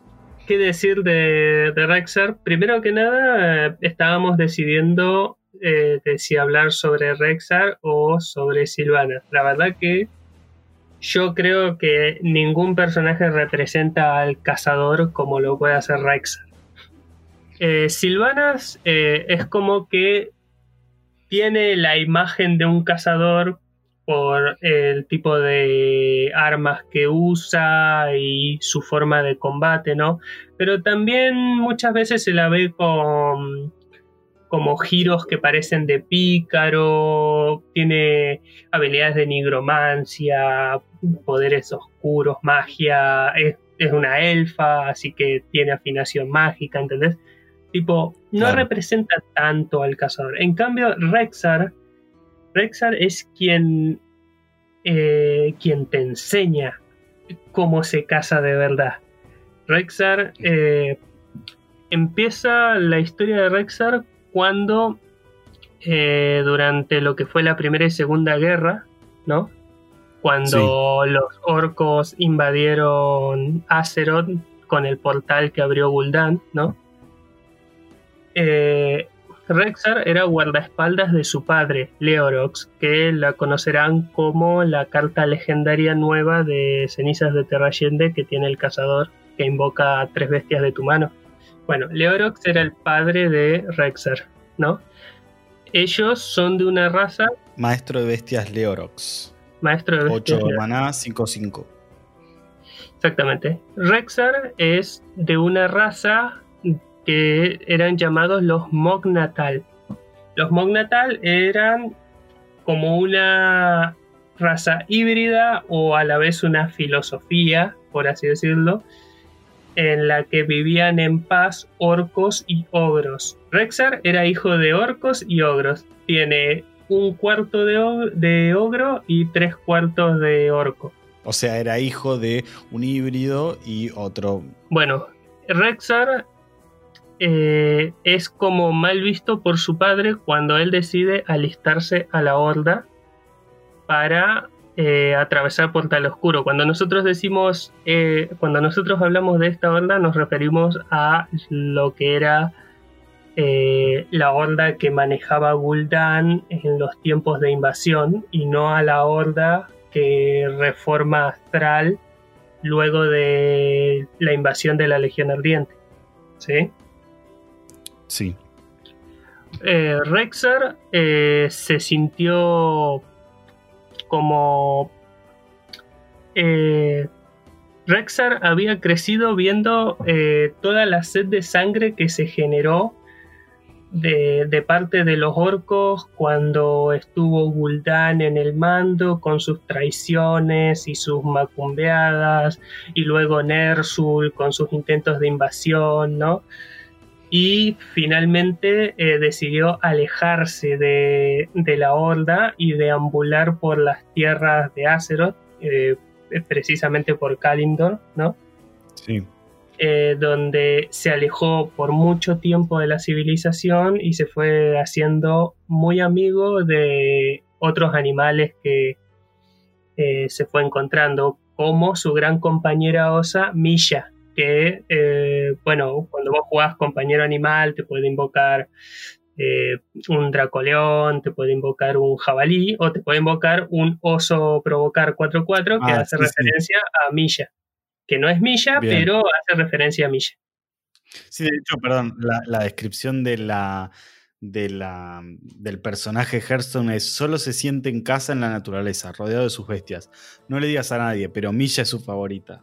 ¿qué decir de, de Rexar? Primero que nada, eh, estábamos decidiendo eh, de si hablar sobre Rexar o sobre Sylvanas. La verdad que yo creo que ningún personaje representa al cazador como lo puede hacer Rexar. Eh, Sylvanas eh, es como que tiene la imagen de un cazador por el tipo de armas que usa y su forma de combate, ¿no? Pero también muchas veces se la ve con como giros que parecen de pícaro, tiene habilidades de nigromancia, poderes oscuros, magia, es, es una elfa, así que tiene afinación mágica, ¿entendés? Tipo, no Claro. representa tanto al cazador. En cambio, Rexar, Rexar es quien, eh, quien te enseña cómo se caza de verdad. Rexar eh, empieza la historia de Rexar cuando eh, durante lo que fue la Primera y Segunda Guerra, ¿no? Cuando sí. Los orcos invadieron Azeroth con el portal que abrió Gul'dan, ¿no? Eh, Rexar era guardaespaldas de su padre, Leorox, que la conocerán como la carta legendaria nueva de Cenizas de Terrayende que tiene el cazador, que invoca a tres bestias de tu mano. Bueno, Leorox era el padre de Rexar, ¿no? Ellos son de una raza... Maestro de bestias Leorox. Maestro de bestias ocho maná, cinco cinco. Exactamente. Rexar es de una raza que eran llamados los Mognatal. Los Mognatal eran como una raza híbrida o a la vez una filosofía, por así decirlo, en la que vivían en paz orcos y ogros. Rexar era hijo de orcos y ogros. Tiene un cuarto de, og- de ogro y tres cuartos de orco. O sea, era hijo de un híbrido y otro. Bueno, Rexar eh, es como mal visto por su padre cuando él decide alistarse a la Horda para eh, atravesar Portal Oscuro. Cuando nosotros decimos, eh, cuando nosotros hablamos de esta Horda, nos referimos a lo que era eh, la Horda que manejaba Gul'dan en los tiempos de invasión y no a la Horda que reforma Astral luego de la invasión de la Legión Ardiente. ¿Sí? Sí. Eh, Rexar eh, se sintió como... Eh, Rexar había crecido viendo eh, toda la sed de sangre que se generó de, de parte de los orcos cuando estuvo Gul'dan en el mando con sus traiciones y sus macumbeadas, y luego Ner'zhul con sus intentos de invasión, ¿no? Y finalmente eh, decidió alejarse de, de la Horda y deambular por las tierras de Azeroth, eh, precisamente por Kalimdor, ¿no? Sí. Eh, donde se alejó por mucho tiempo de la civilización y se fue haciendo muy amigo de otros animales que eh, se fue encontrando, como su gran compañera osa, Misha, que, eh, bueno, cuando vos jugás compañero animal te puede invocar eh, un dracoleón, te puede invocar un jabalí o te puede invocar un oso provocar cuatro cuatro que Ah, hace sí, referencia sí. a Misha, que no es Misha, Bien. pero hace referencia a Misha. Sí, de hecho, perdón, la, la descripción de la, de la, del personaje Hearthstone es: solo se siente en casa en la naturaleza, rodeado de sus bestias. No le digas a nadie, pero Misha es su favorita.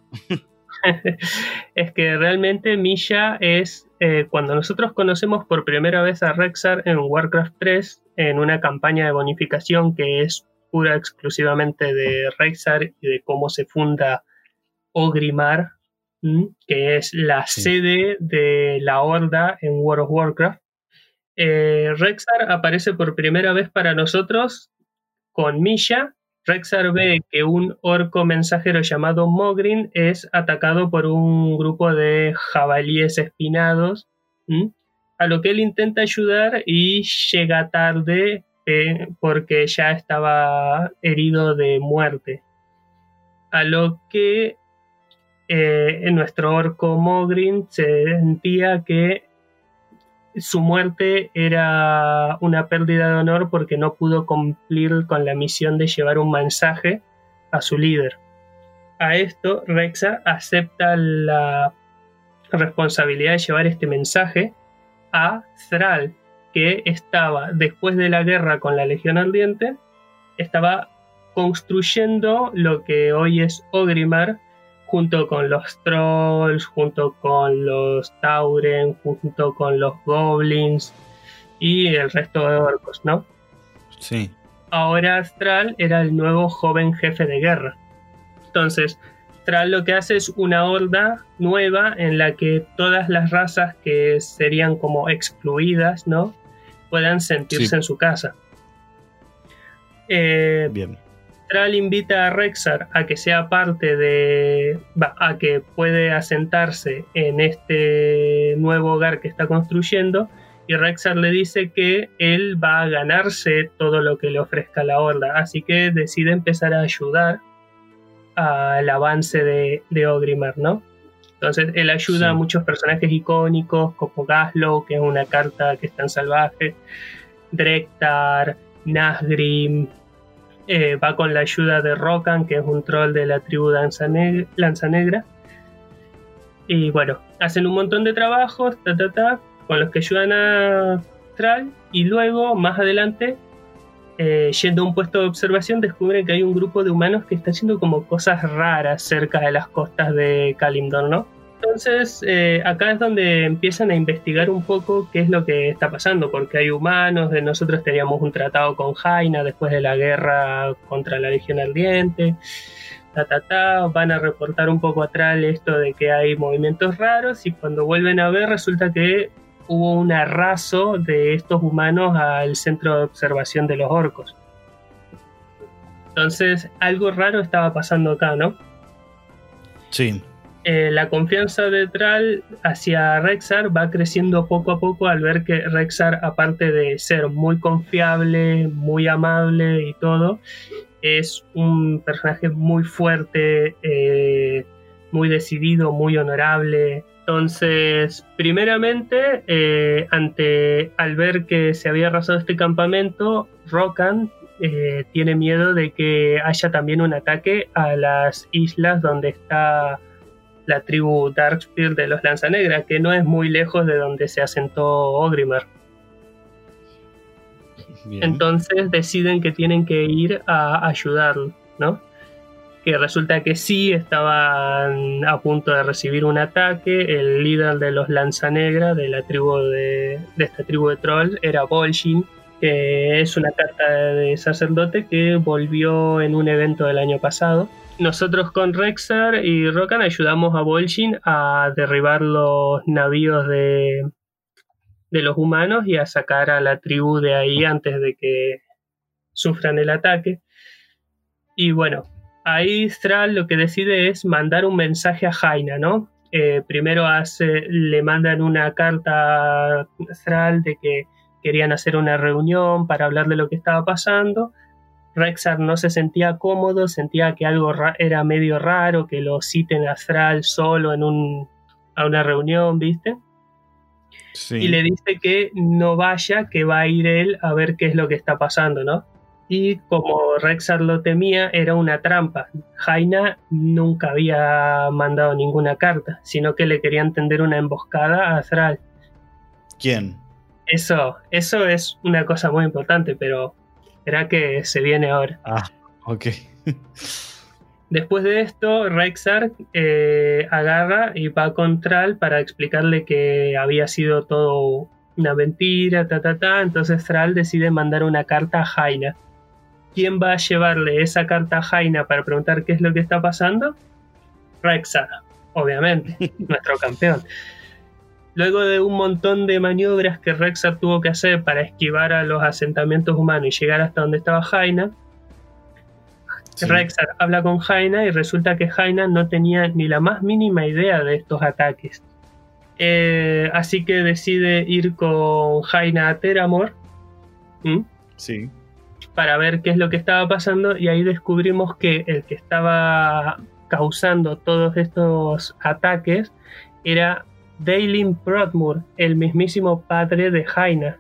Es que realmente Misha es, eh, cuando nosotros conocemos por primera vez a Rexar en Warcraft tres, en una campaña de bonificación que es pura exclusivamente de Rexar y de cómo se funda Orgrimmar, ¿m? Que es la Sí. sede de la Horda en World of Warcraft. Eh, Rexar aparece por primera vez para nosotros con Misha. Rexar ve que un orco mensajero llamado Mogrin es atacado por un grupo de jabalíes espinados, ¿m? A lo que él intenta ayudar y llega tarde eh, porque ya estaba herido de muerte. A lo que eh, nuestro orco Mogrin sentía que su muerte era una pérdida de honor porque no pudo cumplir con la misión de llevar un mensaje a su líder. A esto, Rexxar acepta la responsabilidad de llevar este mensaje a Thrall, que estaba, después de la guerra con la Legión Ardiente, estaba construyendo lo que hoy es Orgrimmar, junto con los trolls, junto con los tauren, junto con los goblins y el resto de orcos, ¿no? Sí. Ahora Thrall era el nuevo joven jefe de guerra. Entonces, Thrall lo que hace es una horda nueva en la que todas las razas que serían como excluidas, ¿no?, puedan sentirse sí. en su casa. Eh, Bien. Thrall invita a Rexxar a que sea parte de... a que puede asentarse en este nuevo hogar que está construyendo, y Rexxar le dice que él va a ganarse todo lo que le ofrezca la horda, así que decide empezar a ayudar al avance de, de Orgrimmar, ¿no? Entonces él ayuda sí. a muchos personajes icónicos como Gaslow, que es una carta que es tan salvaje, Drektar, Nazgrim. Eh, va con la ayuda de Rokan, que es un troll de la tribu Lanza Negra, Lanza Negra. Y bueno, hacen un montón de trabajos ta, ta, ta, con los que ayudan a Thrall, y luego, más adelante, eh, yendo a un puesto de observación, descubren que hay un grupo de humanos que está haciendo como cosas raras cerca de las costas de Kalimdor, ¿no? Entonces, eh, acá es donde empiezan a investigar un poco qué es lo que está pasando, porque hay humanos, nosotros teníamos un tratado con Jaina después de la guerra contra la Legión Ardiente, ta, ta, ta, van a reportar un poco atrás esto de que hay movimientos raros, y cuando vuelven a ver resulta que hubo un arraso de estos humanos al centro de observación de los orcos. Entonces, algo raro estaba pasando acá, ¿no? Sí. Eh, la confianza de Thrall hacia Rexxar va creciendo poco a poco al ver que Rexxar, aparte de ser muy confiable, muy amable y todo, es un personaje muy fuerte, eh, muy decidido, muy honorable. Entonces, primeramente, eh, ante, al ver que se había arrasado este campamento, Rokan eh, tiene miedo de que haya también un ataque a las islas donde está la tribu Darkspear de los Lanza Negra, que no es muy lejos de donde se asentó Orgrimmar. Bien. Entonces deciden que tienen que ir a ayudarlo, ¿no? Que resulta que sí estaban a punto de recibir un ataque. El líder de los Lanza Negra, de la tribu de, de esta tribu de troll, era Bolshin, que es una carta de sacerdote que volvió en un evento del año pasado. Nosotros con Rexxar y Rokan ayudamos a Bolshin a derribar los navíos de, de los humanos y a sacar a la tribu de ahí antes de que sufran el ataque. Y bueno, ahí Thrall lo que decide es mandar un mensaje a Jaina, ¿no? Eh, primero hace, le mandan una carta a Thrall de que querían hacer una reunión para hablar de lo que estaba pasando. Rexxar no se sentía cómodo, sentía que algo ra- era medio raro, que lo citen a Thrall solo en un, a una reunión, ¿viste? Sí. Y le dice que no vaya, que va a ir él a ver qué es lo que está pasando, ¿no? Y como Rexxar lo temía, era una trampa. Jaina nunca había mandado ninguna carta, sino que le querían tender una emboscada a Thrall. ¿Quién? Eso, eso es una cosa muy importante, pero será que se viene ahora. Ah, ok. Después de esto, Rexxar eh, agarra y va con Thrall para explicarle que había sido todo una mentira, ta, ta, ta. Entonces Thrall decide mandar una carta a Jaina. ¿Quién va a llevarle esa carta a Jaina para preguntar qué es lo que está pasando? Rexxar, obviamente, nuestro campeón. Luego de un montón de maniobras que Rexxar tuvo que hacer para esquivar a los asentamientos humanos y llegar hasta donde estaba Jaina, sí. Rexxar habla con Jaina y resulta que Jaina no tenía ni la más mínima idea de estos ataques. Eh, así que decide ir con Jaina a Theramore. ¿Mm? Sí. Para ver qué es lo que estaba pasando, y ahí descubrimos que el que estaba causando todos estos ataques era Daelin Proudmoore, el mismísimo padre de Jaina,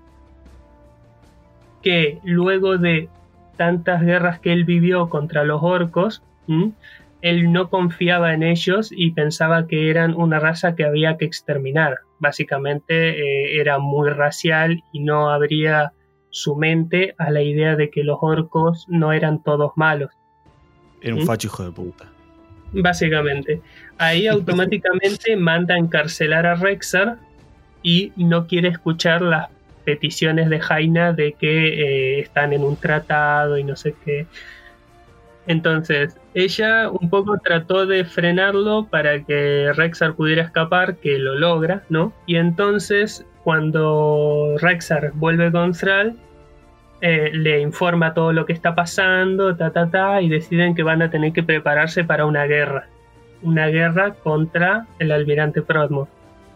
que luego de tantas guerras que él vivió contra los orcos, ¿m? él no confiaba en ellos y pensaba que eran una raza que había que exterminar. Básicamente eh, era muy racial y no abría su mente a la idea de que los orcos no eran todos malos. Era un ¿Mm? facho hijo de puta. Básicamente. Ahí automáticamente manda a encarcelar a Rexxar y no quiere escuchar las peticiones de Jaina de que eh, están en un tratado y no sé qué. Entonces, ella un poco trató de frenarlo para que Rexxar pudiera escapar, que lo logra, ¿no? Y entonces, cuando Rexxar vuelve con Thrall, eh, le informa todo lo que está pasando, ta, ta, ta, y deciden que van a tener que prepararse para una guerra. Una guerra contra el almirante Proudmoore.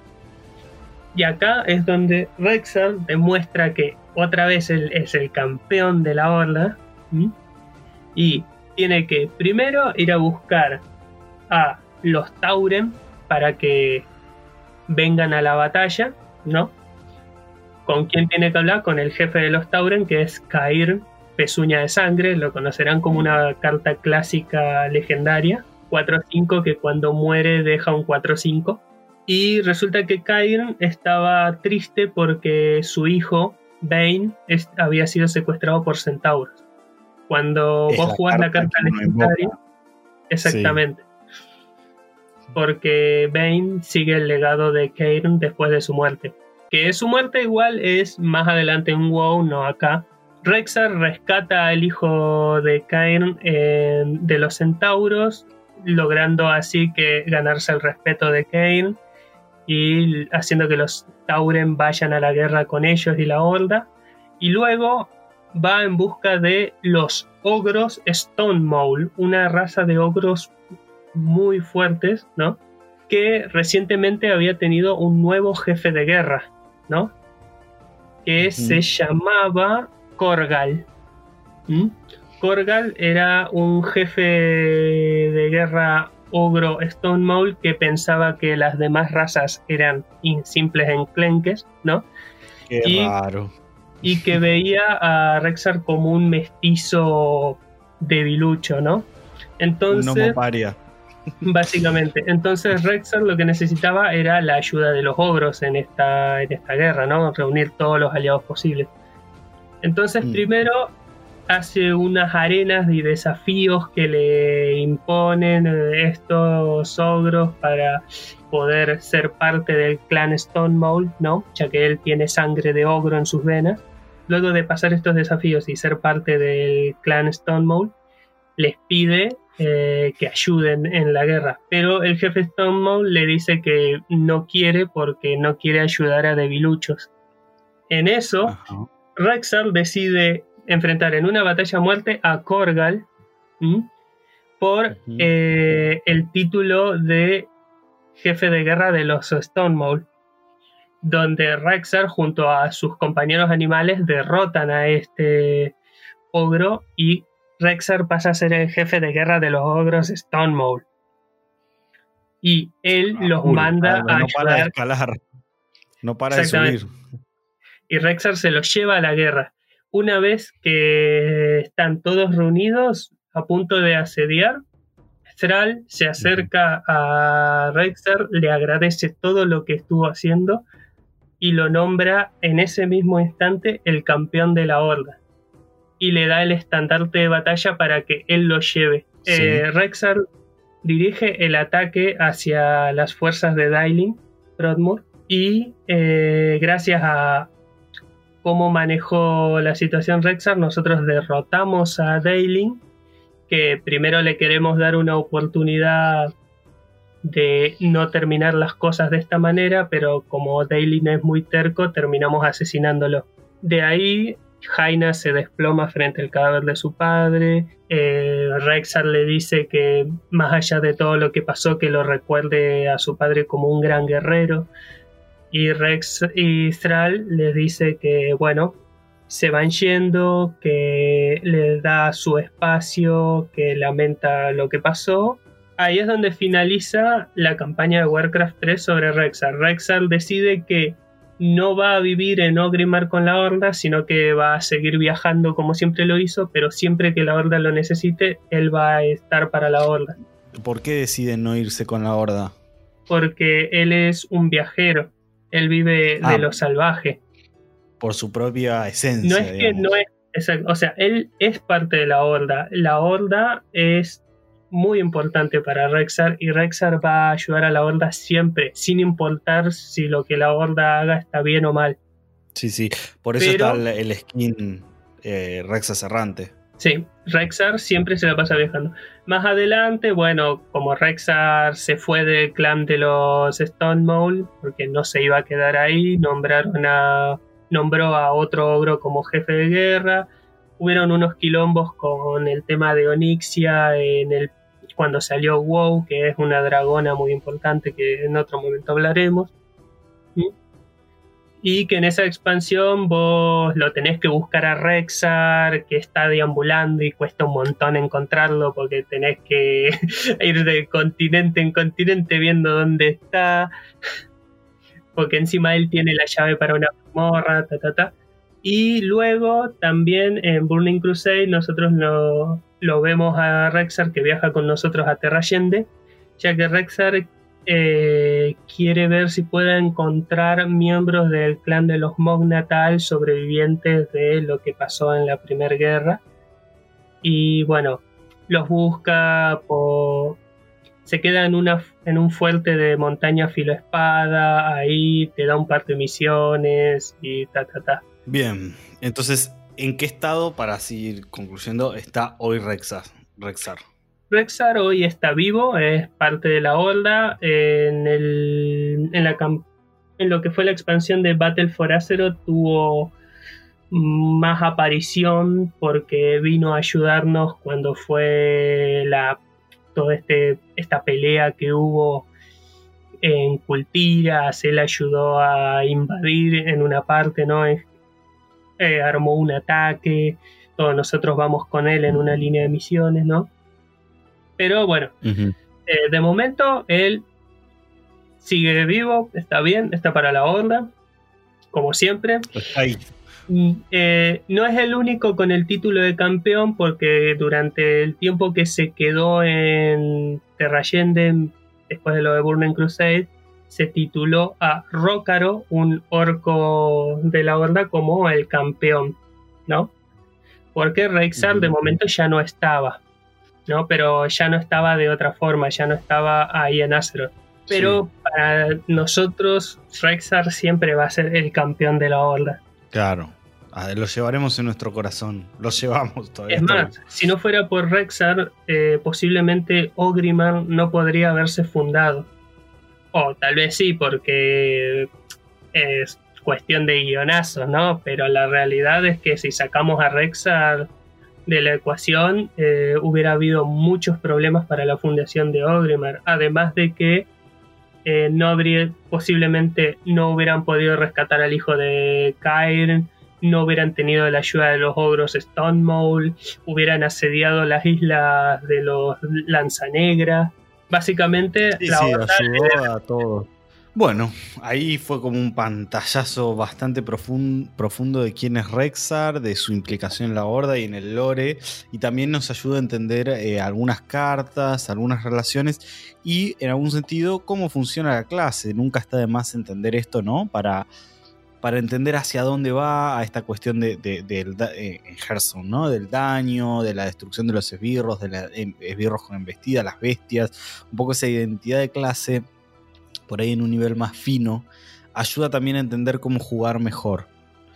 Y acá es donde Rexxar demuestra que otra vez él es el campeón de la Horda, ¿sí? Y tiene que primero ir a buscar a los Tauren para que vengan a la batalla, ¿no? ¿Con quién tiene que hablar? Con el jefe de los Tauren, que es Cairn, Pezuña de Sangre. Lo conocerán como una carta clásica legendaria, cuatro cinco, que cuando muere deja un cuatro cinco. Y resulta que Cairn estaba triste porque su hijo, Bane, es, había sido secuestrado por centauros. Cuando es vos la jugás la carta legendaria, exactamente. Sí. Porque Bane sigue el legado de Cairn después de su muerte. Que su muerte igual es más adelante en WoW, no acá. Rexxar rescata al hijo de Cairn eh, de los centauros, logrando así que ganarse el respeto de Cairn y haciendo que los Tauren vayan a la guerra con ellos y la Horda. Y luego va en busca de los ogros Stonemaul, una raza de ogros muy fuertes, ¿no? Que recientemente había tenido un nuevo jefe de guerra, ¿no? Que mm. se llamaba Korgal. ¿Mm? Korgal era un jefe de guerra ogro Stonemaul que pensaba que las demás razas eran simples enclenques, ¿no? Qué y, raro. Y que veía a Rexxar como un mestizo debilucho, ¿no? Entonces, un homo paria. Básicamente. Entonces Rexxar lo que necesitaba era la ayuda de los ogros en esta, en esta guerra, ¿no? Reunir todos los aliados posibles. Entonces mm. primero hace unas arenas y desafíos que le imponen estos ogros para poder ser parte del clan Stonemaul, ¿no? Ya que él tiene sangre de ogro en sus venas. Luego de pasar estos desafíos y ser parte del clan Stonemaul, les pide eh, que ayuden en la guerra. Pero el jefe Stonemaul le dice que no quiere porque no quiere ayudar a debiluchos. En eso, Ajá. Rexxar decide enfrentar en una batalla a muerte a Korgal ¿m? por uh-huh. eh, el título de jefe de guerra de los Stonemaul, donde Rexxar junto a sus compañeros animales derrotan a este ogro y Rexxar pasa a ser el jefe de guerra de los ogros Stonemaul. Y él ah, los uy, manda algo, a no ayudar. para de escalar, no para de subir. Y Rexxar se los lleva a la guerra. Una vez que están todos reunidos a punto de asediar, Thrall se acerca a Rexxar, le agradece todo lo que estuvo haciendo y lo nombra en ese mismo instante el campeón de la Horda. Y le da el estandarte de batalla para que él lo lleve. Sí. Eh, Rexxar dirige el ataque hacia las fuerzas de Daelin Proudmoore y eh, gracias a cómo manejó la situación Rexxar, nosotros derrotamos a Daelin, que primero le queremos dar una oportunidad de no terminar las cosas de esta manera, pero como Daelin es muy terco, terminamos asesinándolo. De ahí Jaina se desploma frente al cadáver de su padre. eh, Rexxar le dice que más allá de todo lo que pasó, que lo recuerde a su padre como un gran guerrero. Y Rex y Thrall le dice que bueno, se van yendo, que le da su espacio, que lamenta lo que pasó ahí es donde finaliza la campaña de Warcraft tres sobre Rexxar. Rexxar decide que no va a vivir en Orgrimmar con la Horda, sino que va a seguir viajando como siempre lo hizo, pero siempre que la Horda lo necesite, él va a estar para la Horda. ¿Por qué deciden no irse con la Horda? Porque él es un viajero, él vive ah, de lo salvaje. Por su propia esencia. No es que digamos. no es, exacto, o sea, él es parte de la Horda. La Horda es muy importante para Rexxar y Rexxar va a ayudar a la Horda siempre, sin importar si lo que la Horda haga está bien o mal. Sí, sí, por eso Pero, está el, el skin eh, Rexxar errante. Sí, Rexxar siempre se la pasa viajando. Más adelante, bueno, como Rexxar se fue del clan de los Stonemaul, porque no se iba a quedar ahí, nombraron a, nombró a otro ogro como jefe de guerra. Hubieron unos quilombos con el tema de Onyxia en el, cuando salió WoW, que es una dragona muy importante que en otro momento hablaremos. ¿Mm? Y que en esa expansión vos lo tenés que buscar a Rexxar, que está deambulando y cuesta un montón encontrarlo porque tenés que ir de continente en continente viendo dónde está, porque encima él tiene la llave para una mazmorra, ta, ta, ta. Y luego también en Burning Crusade nosotros lo, lo vemos a Rexxar que viaja con nosotros a Terra Allende, ya que Rexxar eh, quiere ver si puede encontrar miembros del clan de los Mognatal sobrevivientes de lo que pasó en la Primera Guerra. Y bueno, los busca, por... se queda en, una, en un fuerte de montaña filoespada, ahí te da un par de misiones y ta ta ta. Bien, entonces, ¿en qué estado, para seguir concluyendo, está hoy Rexxar? Rexxar, Rexxar hoy está vivo, es parte de la Horda. En, el, en, la, en lo que fue la expansión de Battle for Azeroth tuvo más aparición porque vino a ayudarnos cuando fue la, toda este, esta pelea que hubo en Kultiras. Él ayudó a invadir en una parte, ¿no? Eh, armó un ataque, todos nosotros vamos con él en una línea de misiones, ¿no? Pero bueno, uh-huh. eh, de momento él sigue vivo, está bien, está para la Horda, como siempre. Ahí. Eh, no es el único con el título de campeón, porque durante el tiempo que se quedó en Terra Allende, después de lo de Burning Crusade, se tituló a Rócaro, un orco de la Horda, como el campeón, ¿no? Porque Rexxar uh-huh. de momento ya no estaba, ¿no? Pero ya no estaba de otra forma, ya no estaba ahí en Azeroth. Pero sí. Para nosotros, Rexxar siempre va a ser el campeón de la Horda. Claro, lo llevaremos en nuestro corazón, lo llevamos todavía. Es más, si no fuera por Rexxar, eh, posiblemente Orgrimmar no podría haberse fundado. O tal vez sí, porque es cuestión de guionazos, ¿no? Pero la realidad es que si sacamos a Rexxar de la ecuación, eh, hubiera habido muchos problemas para la fundación de Orgrimmar. Además de que eh, no habría, posiblemente no hubieran podido rescatar al hijo de Cairn, no hubieran tenido la ayuda de los ogros Stonemaul, hubieran asediado las islas de los Lanza Negra. Básicamente, sí, la sí, ayudó era... a todos. Bueno, ahí fue como un pantallazo bastante profund, profundo de quién es Rexxar, de su implicación en la Horda y en el lore, y también nos ayuda a entender eh, algunas cartas, algunas relaciones y en algún sentido cómo funciona la clase. Nunca está de más entender esto, ¿no? Para, para entender hacia dónde va a esta cuestión de, de, de, de eh, en Hearthstone, ¿no? Del daño, de la destrucción de los esbirros, de los eh, esbirros con embestida, las bestias, un poco esa identidad de clase por ahí en un nivel más fino, ayuda también a entender cómo jugar mejor.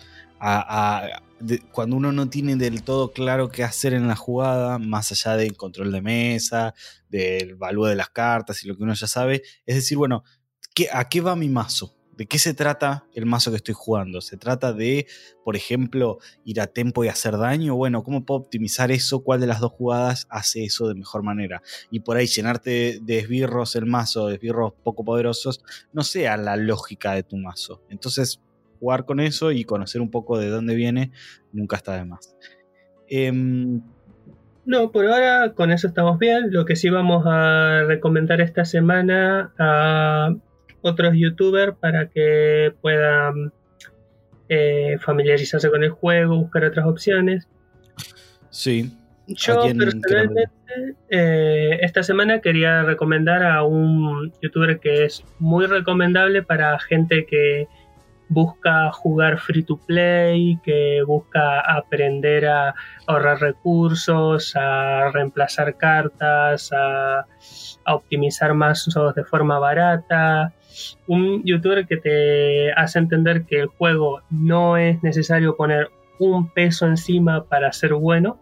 A, a, de, cuando uno no tiene del todo claro qué hacer en la jugada, más allá del control de mesa, del valor de las cartas y lo que uno ya sabe, es decir, bueno, ¿qué, ¿a qué va mi mazo? ¿De qué se trata el mazo que estoy jugando? ¿Se trata de, por ejemplo, ir a tempo y hacer daño? Bueno, ¿cómo puedo optimizar eso? ¿Cuál de las dos jugadas hace eso de mejor manera? Y por ahí llenarte de esbirros el mazo, de esbirros poco poderosos, no sea la lógica de tu mazo. Entonces, jugar con eso y conocer un poco de dónde viene nunca está de más. Eh, No, por ahora con eso estamos bien. Lo que sí vamos a recomendar esta semana a otros youtubers para que puedan eh, familiarizarse con el juego, buscar otras opciones. Sí. Yo personalmente eh, esta semana quería recomendar a un youtuber que es muy recomendable para gente que busca jugar free to play, que busca aprender a ahorrar recursos, a reemplazar cartas, a, a optimizar mazos de forma barata. Un youtuber que te hace entender que el juego no es necesario poner un peso encima para ser bueno,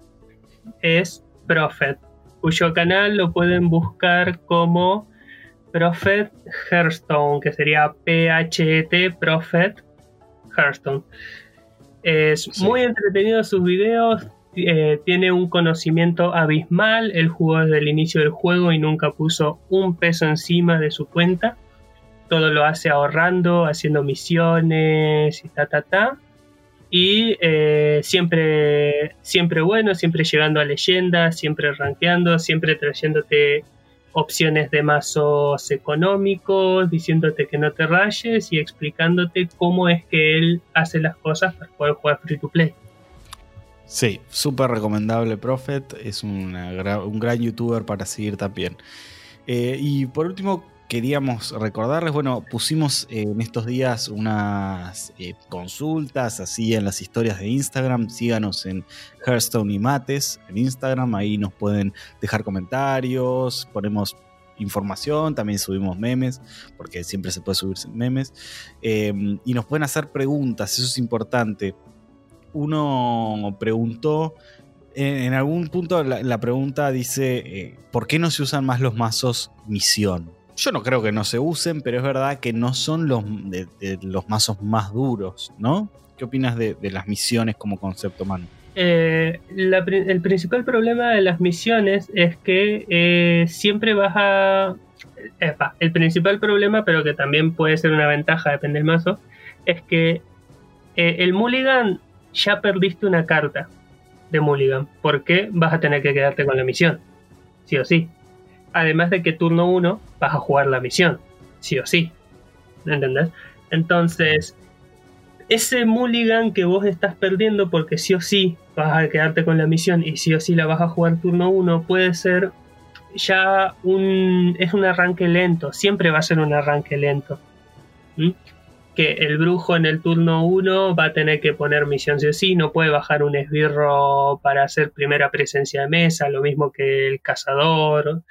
es Prophet, cuyo canal lo pueden buscar como Prophet Hearthstone, que sería P H E T, Prophet Hearthstone. Es sí. Muy entretenido sus videos, eh, tiene un conocimiento abismal, él jugó desde el inicio del juego y nunca puso un peso encima de su cuenta, todo lo hace ahorrando, haciendo misiones y ta ta ta. Y eh, siempre, siempre bueno, siempre llegando a leyendas, siempre rankeando, siempre trayéndote opciones de mazos económicos, diciéndote que no te rayes y explicándote cómo es que él hace las cosas para poder jugar free to play. Sí, súper recomendable Prophet, es una, un gran youtuber para seguir también. Eh, y por último, queríamos recordarles, bueno, pusimos eh, en estos días unas eh, consultas así en las historias de Instagram. Síganos en Hearthstone y Mates en Instagram, ahí nos pueden dejar comentarios, ponemos información, también subimos memes, porque siempre se puede subir memes, eh, y nos pueden hacer preguntas, eso es importante. Uno preguntó, en, en algún punto la, la pregunta dice, eh, ¿por qué no se usan más los mazos misión? Yo no creo que no se usen, pero es verdad que no son los, de, de los mazos más duros, ¿no? ¿Qué opinas de, de las misiones como concepto, Manu? Eh, la, el principal problema de las misiones es que eh, siempre vas a... Epa, el principal problema, pero que también puede ser una ventaja, depende del mazo, es que eh, el mulligan ya perdiste una carta de mulligan, porque vas a tener que quedarte con la misión, sí o sí. Además de que turno uno vas a jugar la misión, sí o sí. ¿Entendés? Entonces, ese mulligan que vos estás perdiendo porque sí o sí vas a quedarte con la misión y sí o sí la vas a jugar turno uno, puede ser ya un... es un arranque lento, siempre va a ser un arranque lento. ¿Mm? Que el brujo en el turno uno va a tener que poner misión sí o sí, no puede bajar un esbirro para hacer primera presencia de mesa, lo mismo que el cazador,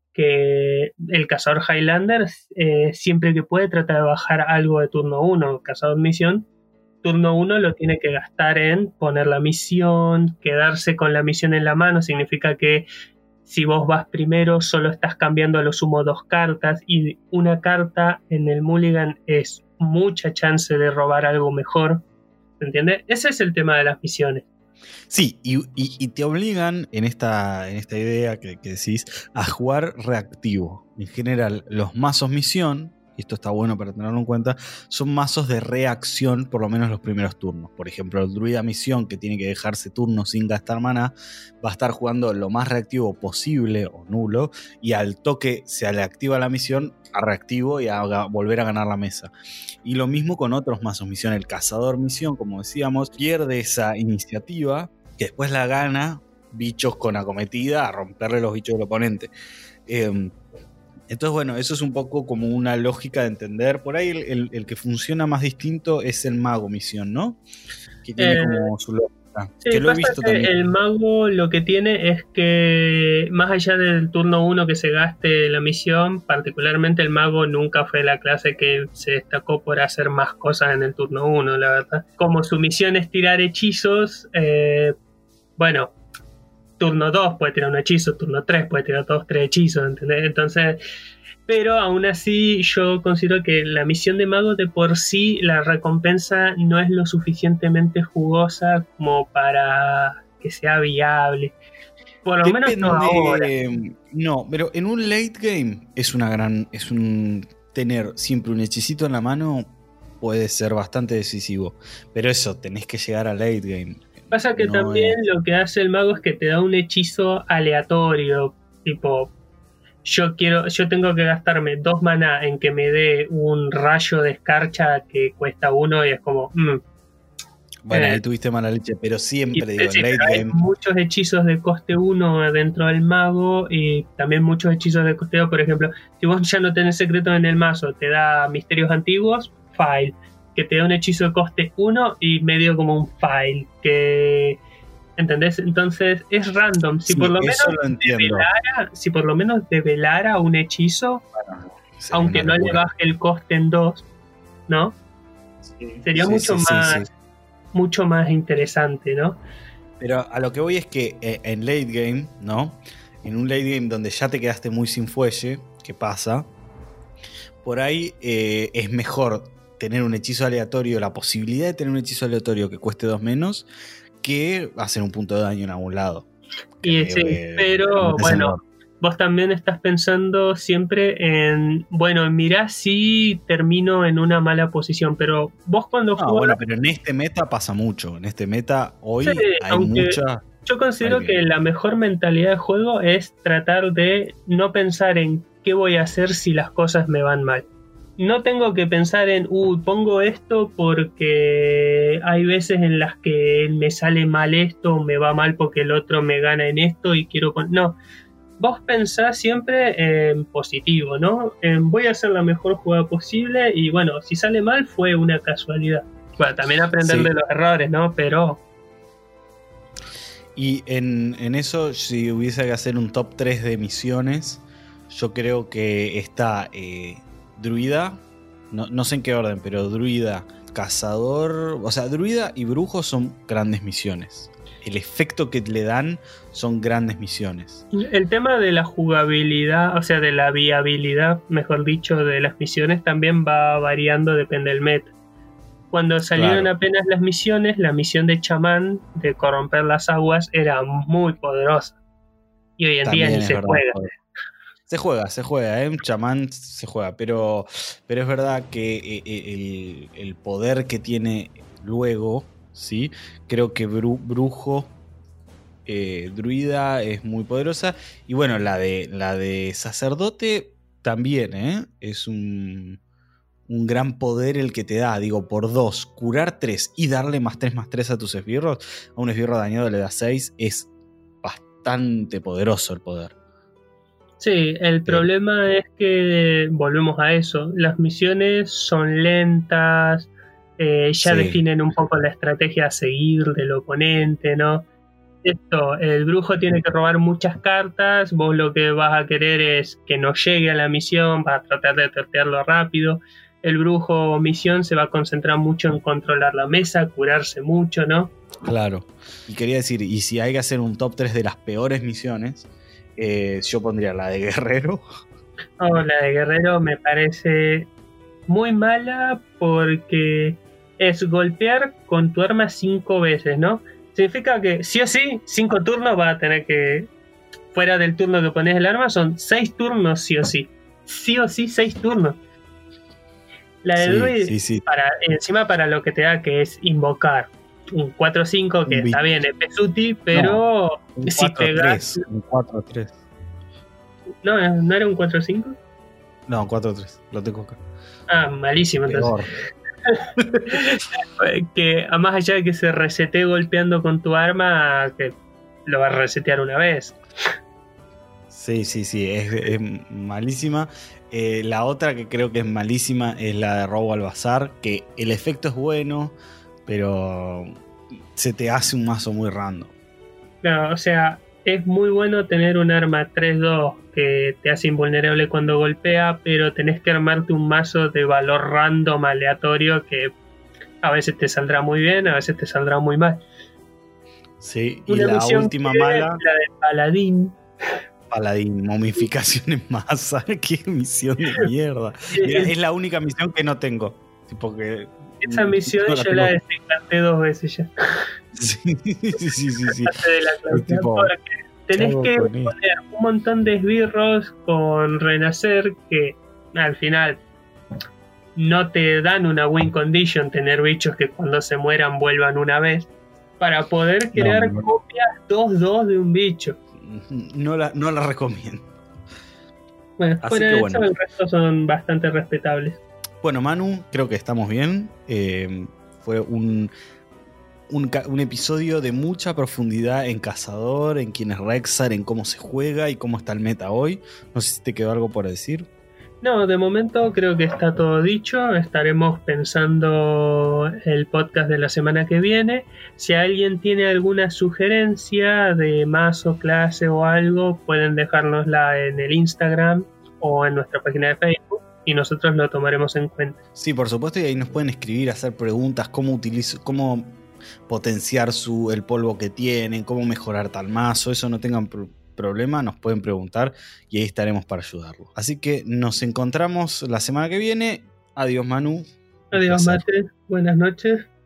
que el cazador Highlander eh, siempre que puede trata de bajar algo de turno uno, cazador misión, turno uno lo tiene que gastar en poner la misión, quedarse con la misión en la mano, significa que si vos vas primero solo estás cambiando a lo sumo dos cartas y una carta en el mulligan es mucha chance de robar algo mejor, ¿entiendes? Ese es el tema de las misiones. Sí, y, y, y te obligan en esta, en esta idea que, que decís a jugar reactivo. En general, los mazos misión, y esto está bueno para tenerlo en cuenta, son mazos de reacción por lo menos los primeros turnos. Por ejemplo, el druida misión, que tiene que dejarse turnos sin gastar maná, va a estar jugando lo más reactivo posible o nulo, y al toque se le activa la misión, a reactivo y a volver a ganar la mesa. Y lo mismo con otros mazos misión. El cazador misión, como decíamos, pierde esa iniciativa que después la gana bichos con acometida a romperle los bichos del oponente. Eh, entonces, bueno, eso es un poco como una lógica de entender. Por ahí el, el, el que funciona más distinto es el mago misión, ¿no? Que tiene eh, como su lógica. Sí, que lo he visto que también. El mago lo que tiene es que más allá del turno uno que se gaste la misión, particularmente el mago nunca fue la clase que se destacó por hacer más cosas en el turno uno, la verdad. Como su misión es tirar hechizos, eh, bueno, turno dos puede tirar un hechizo, turno tres puede tirar dos, tres hechizos, ¿entendés? Entonces, pero aún así yo considero que la misión de mago de por sí, la recompensa no es lo suficientemente jugosa como para que sea viable. Por lo Depende, menos no ahora. No, pero en un late game es una gran, es un tener siempre un hechicito en la mano puede ser bastante decisivo. Pero eso, tenés que llegar a late game. Pasa que no también es... lo que hace el mago es que te da un hechizo aleatorio, tipo, yo quiero, yo tengo que gastarme dos maná en que me dé un rayo de escarcha que cuesta uno y es como, mm, Bueno, eh, ahí tuviste mala leche, pero y, siempre, eh, digo, sí, en late pero hay game... muchos hechizos de coste uno dentro del mago y también muchos hechizos de coste dos. Por ejemplo, si vos ya no tenés secretos en el mazo, te da misterios antiguos, file, que te da un hechizo de coste uno y medio como un file, que... ¿Entendés? Entonces es random. Si Sí, por lo eso menos lo entiendo. develara, si por lo menos develara un hechizo, Bueno, sería aunque una no le locura. baje el coste en dos, ¿no? Sí, Sería sí, mucho sí, sí, más, sí. mucho más interesante, ¿no? Pero a lo que voy es que eh, en late game, ¿no? En un late game donde ya te quedaste muy sin fuelle, ¿qué pasa? Por ahí eh, es mejor tener un hechizo aleatorio, la posibilidad de tener un hechizo aleatorio que cueste dos menos, que hacer un punto de daño en algún lado. Que Y medio sí, que pero metes en bueno, error. vos también estás pensando siempre en, bueno, mirá si termino en una mala posición, pero vos cuando No, jugás, bueno, pero en este meta pasa mucho. En este meta hoy sí, hay aunque mucha. yo considero Hay- que la mejor mentalidad de juego es tratar de no pensar en qué voy a hacer si las cosas me van mal. No tengo que pensar en, uy, pongo esto porque hay veces en las que me sale mal esto, me va mal porque el otro me gana en esto y quiero... Pon-". No, vos pensás siempre en positivo, ¿no? En voy a hacer la mejor jugada posible y bueno, si sale mal fue una casualidad. Bueno, también aprender Sí. de los errores, ¿no? Pero... Y en, en eso, si hubiese que hacer un top tres de misiones, yo creo que está eh, Druida, no, no sé en qué orden, pero Druida, Cazador, o sea, Druida y Brujo son grandes misiones. El efecto que le dan son grandes misiones. El tema de la jugabilidad, o sea, de la viabilidad, mejor dicho, de las misiones también va variando, depende del meta. Cuando salieron Claro. apenas las misiones, la misión de chamán, de corromper las aguas, era muy poderosa. Y hoy en También día ni es se verdad. juega. Se juega, se juega, ¿eh? Un chamán se juega, pero, pero es verdad que eh, eh, el, el poder que tiene luego, ¿sí? Creo que bru- brujo, eh, druida es muy poderosa. Y bueno, la de, la de sacerdote también, ¿eh? Es un, un gran poder el que te da, digo, por dos, curar tres y darle más tres más tres a tus esbirros. A un esbirro dañado le da seis, es bastante poderoso el poder. Sí, el Pero- problema es que, volvemos a eso, las misiones son lentas, eh, ya Sí. definen un poco la estrategia a seguir del oponente, ¿no? Esto, el brujo tiene que robar muchas cartas, vos lo que vas a querer es que no llegue a la misión, vas a tratar de tortearlo rápido. El brujo misión se va a concentrar mucho en controlar la mesa, curarse mucho, ¿no? Claro. Y quería decir, y si hay que hacer un top tres de las peores misiones, eh, yo pondría la de Guerrero. Oh, la de guerrero me parece muy mala porque es golpear con tu arma cinco veces, ¿no? Significa que sí o sí, cinco turnos vas a tener que... Fuera del turno que pones el arma, son seis turnos sí o sí. Sí o sí, seis turnos. La de Sí, Druid, sí, sí. para, encima para lo que te da, que es invocar un cuatro cinco, que Un está bicho. bien, es Pesuti, pero Un si cuatro pegas... tres. Un cuatro tres. No, ¿no era un cuatro cinco? No, cuatro tres. Lo tengo acá. Ah, malísimo entonces. Peor. Que a más allá de que se resete golpeando con tu arma, que lo vas a resetear una vez. Sí, sí, sí. Es, es malísima. Eh, la otra que creo que es malísima es la de Robo al Bazar, que el efecto es bueno, pero se te hace un mazo muy random. Claro, o sea, es muy bueno tener un arma tres dos que te hace invulnerable cuando golpea, pero tenés que armarte un mazo de valor random aleatorio que a veces te saldrá muy bien, a veces te saldrá muy mal. Sí, y Una la misión última que mala, la de Paladín. Paladín, momificación en masa. Qué misión de mierda. Mira, es la única misión que no tengo. Tipo que, Esa misión no la yo la tengo. desencanté dos veces ya. Sí, sí, sí, sí, sí. Parte de la clase, tipo, porque tenés hago que con esto? poner un montón de esbirros con renacer que al final no te dan una win condition tener bichos que cuando se mueran vuelvan una vez. para poder crear No, no. copias dos dos de un bicho. No la, no la recomiendo. Bueno, Así fuera que de bueno. eso, el resto son bastante respetables. Bueno, Manu, creo que estamos bien. Eh, fue un, un, ca- un episodio de mucha profundidad en Cazador, en quién es Rexar, en cómo se juega y cómo está el meta hoy. No sé si te quedó algo por decir. No, de momento creo que está todo dicho. Estaremos pensando el podcast de la semana que viene. Si alguien tiene alguna sugerencia de mazo, clase o algo, pueden dejárnosla en el Instagram o en nuestra página de Facebook y nosotros lo tomaremos en cuenta. Sí, por supuesto, y ahí nos pueden escribir, hacer preguntas, cómo utilizo, cómo potenciar su, el polvo que tienen, cómo mejorar tal mazo. Eso no tengan pro- problema, nos pueden preguntar y ahí estaremos para ayudarlos. Así que nos encontramos la semana que viene. Adiós, Manu. Un Adiós, placer. Mate. Buenas noches.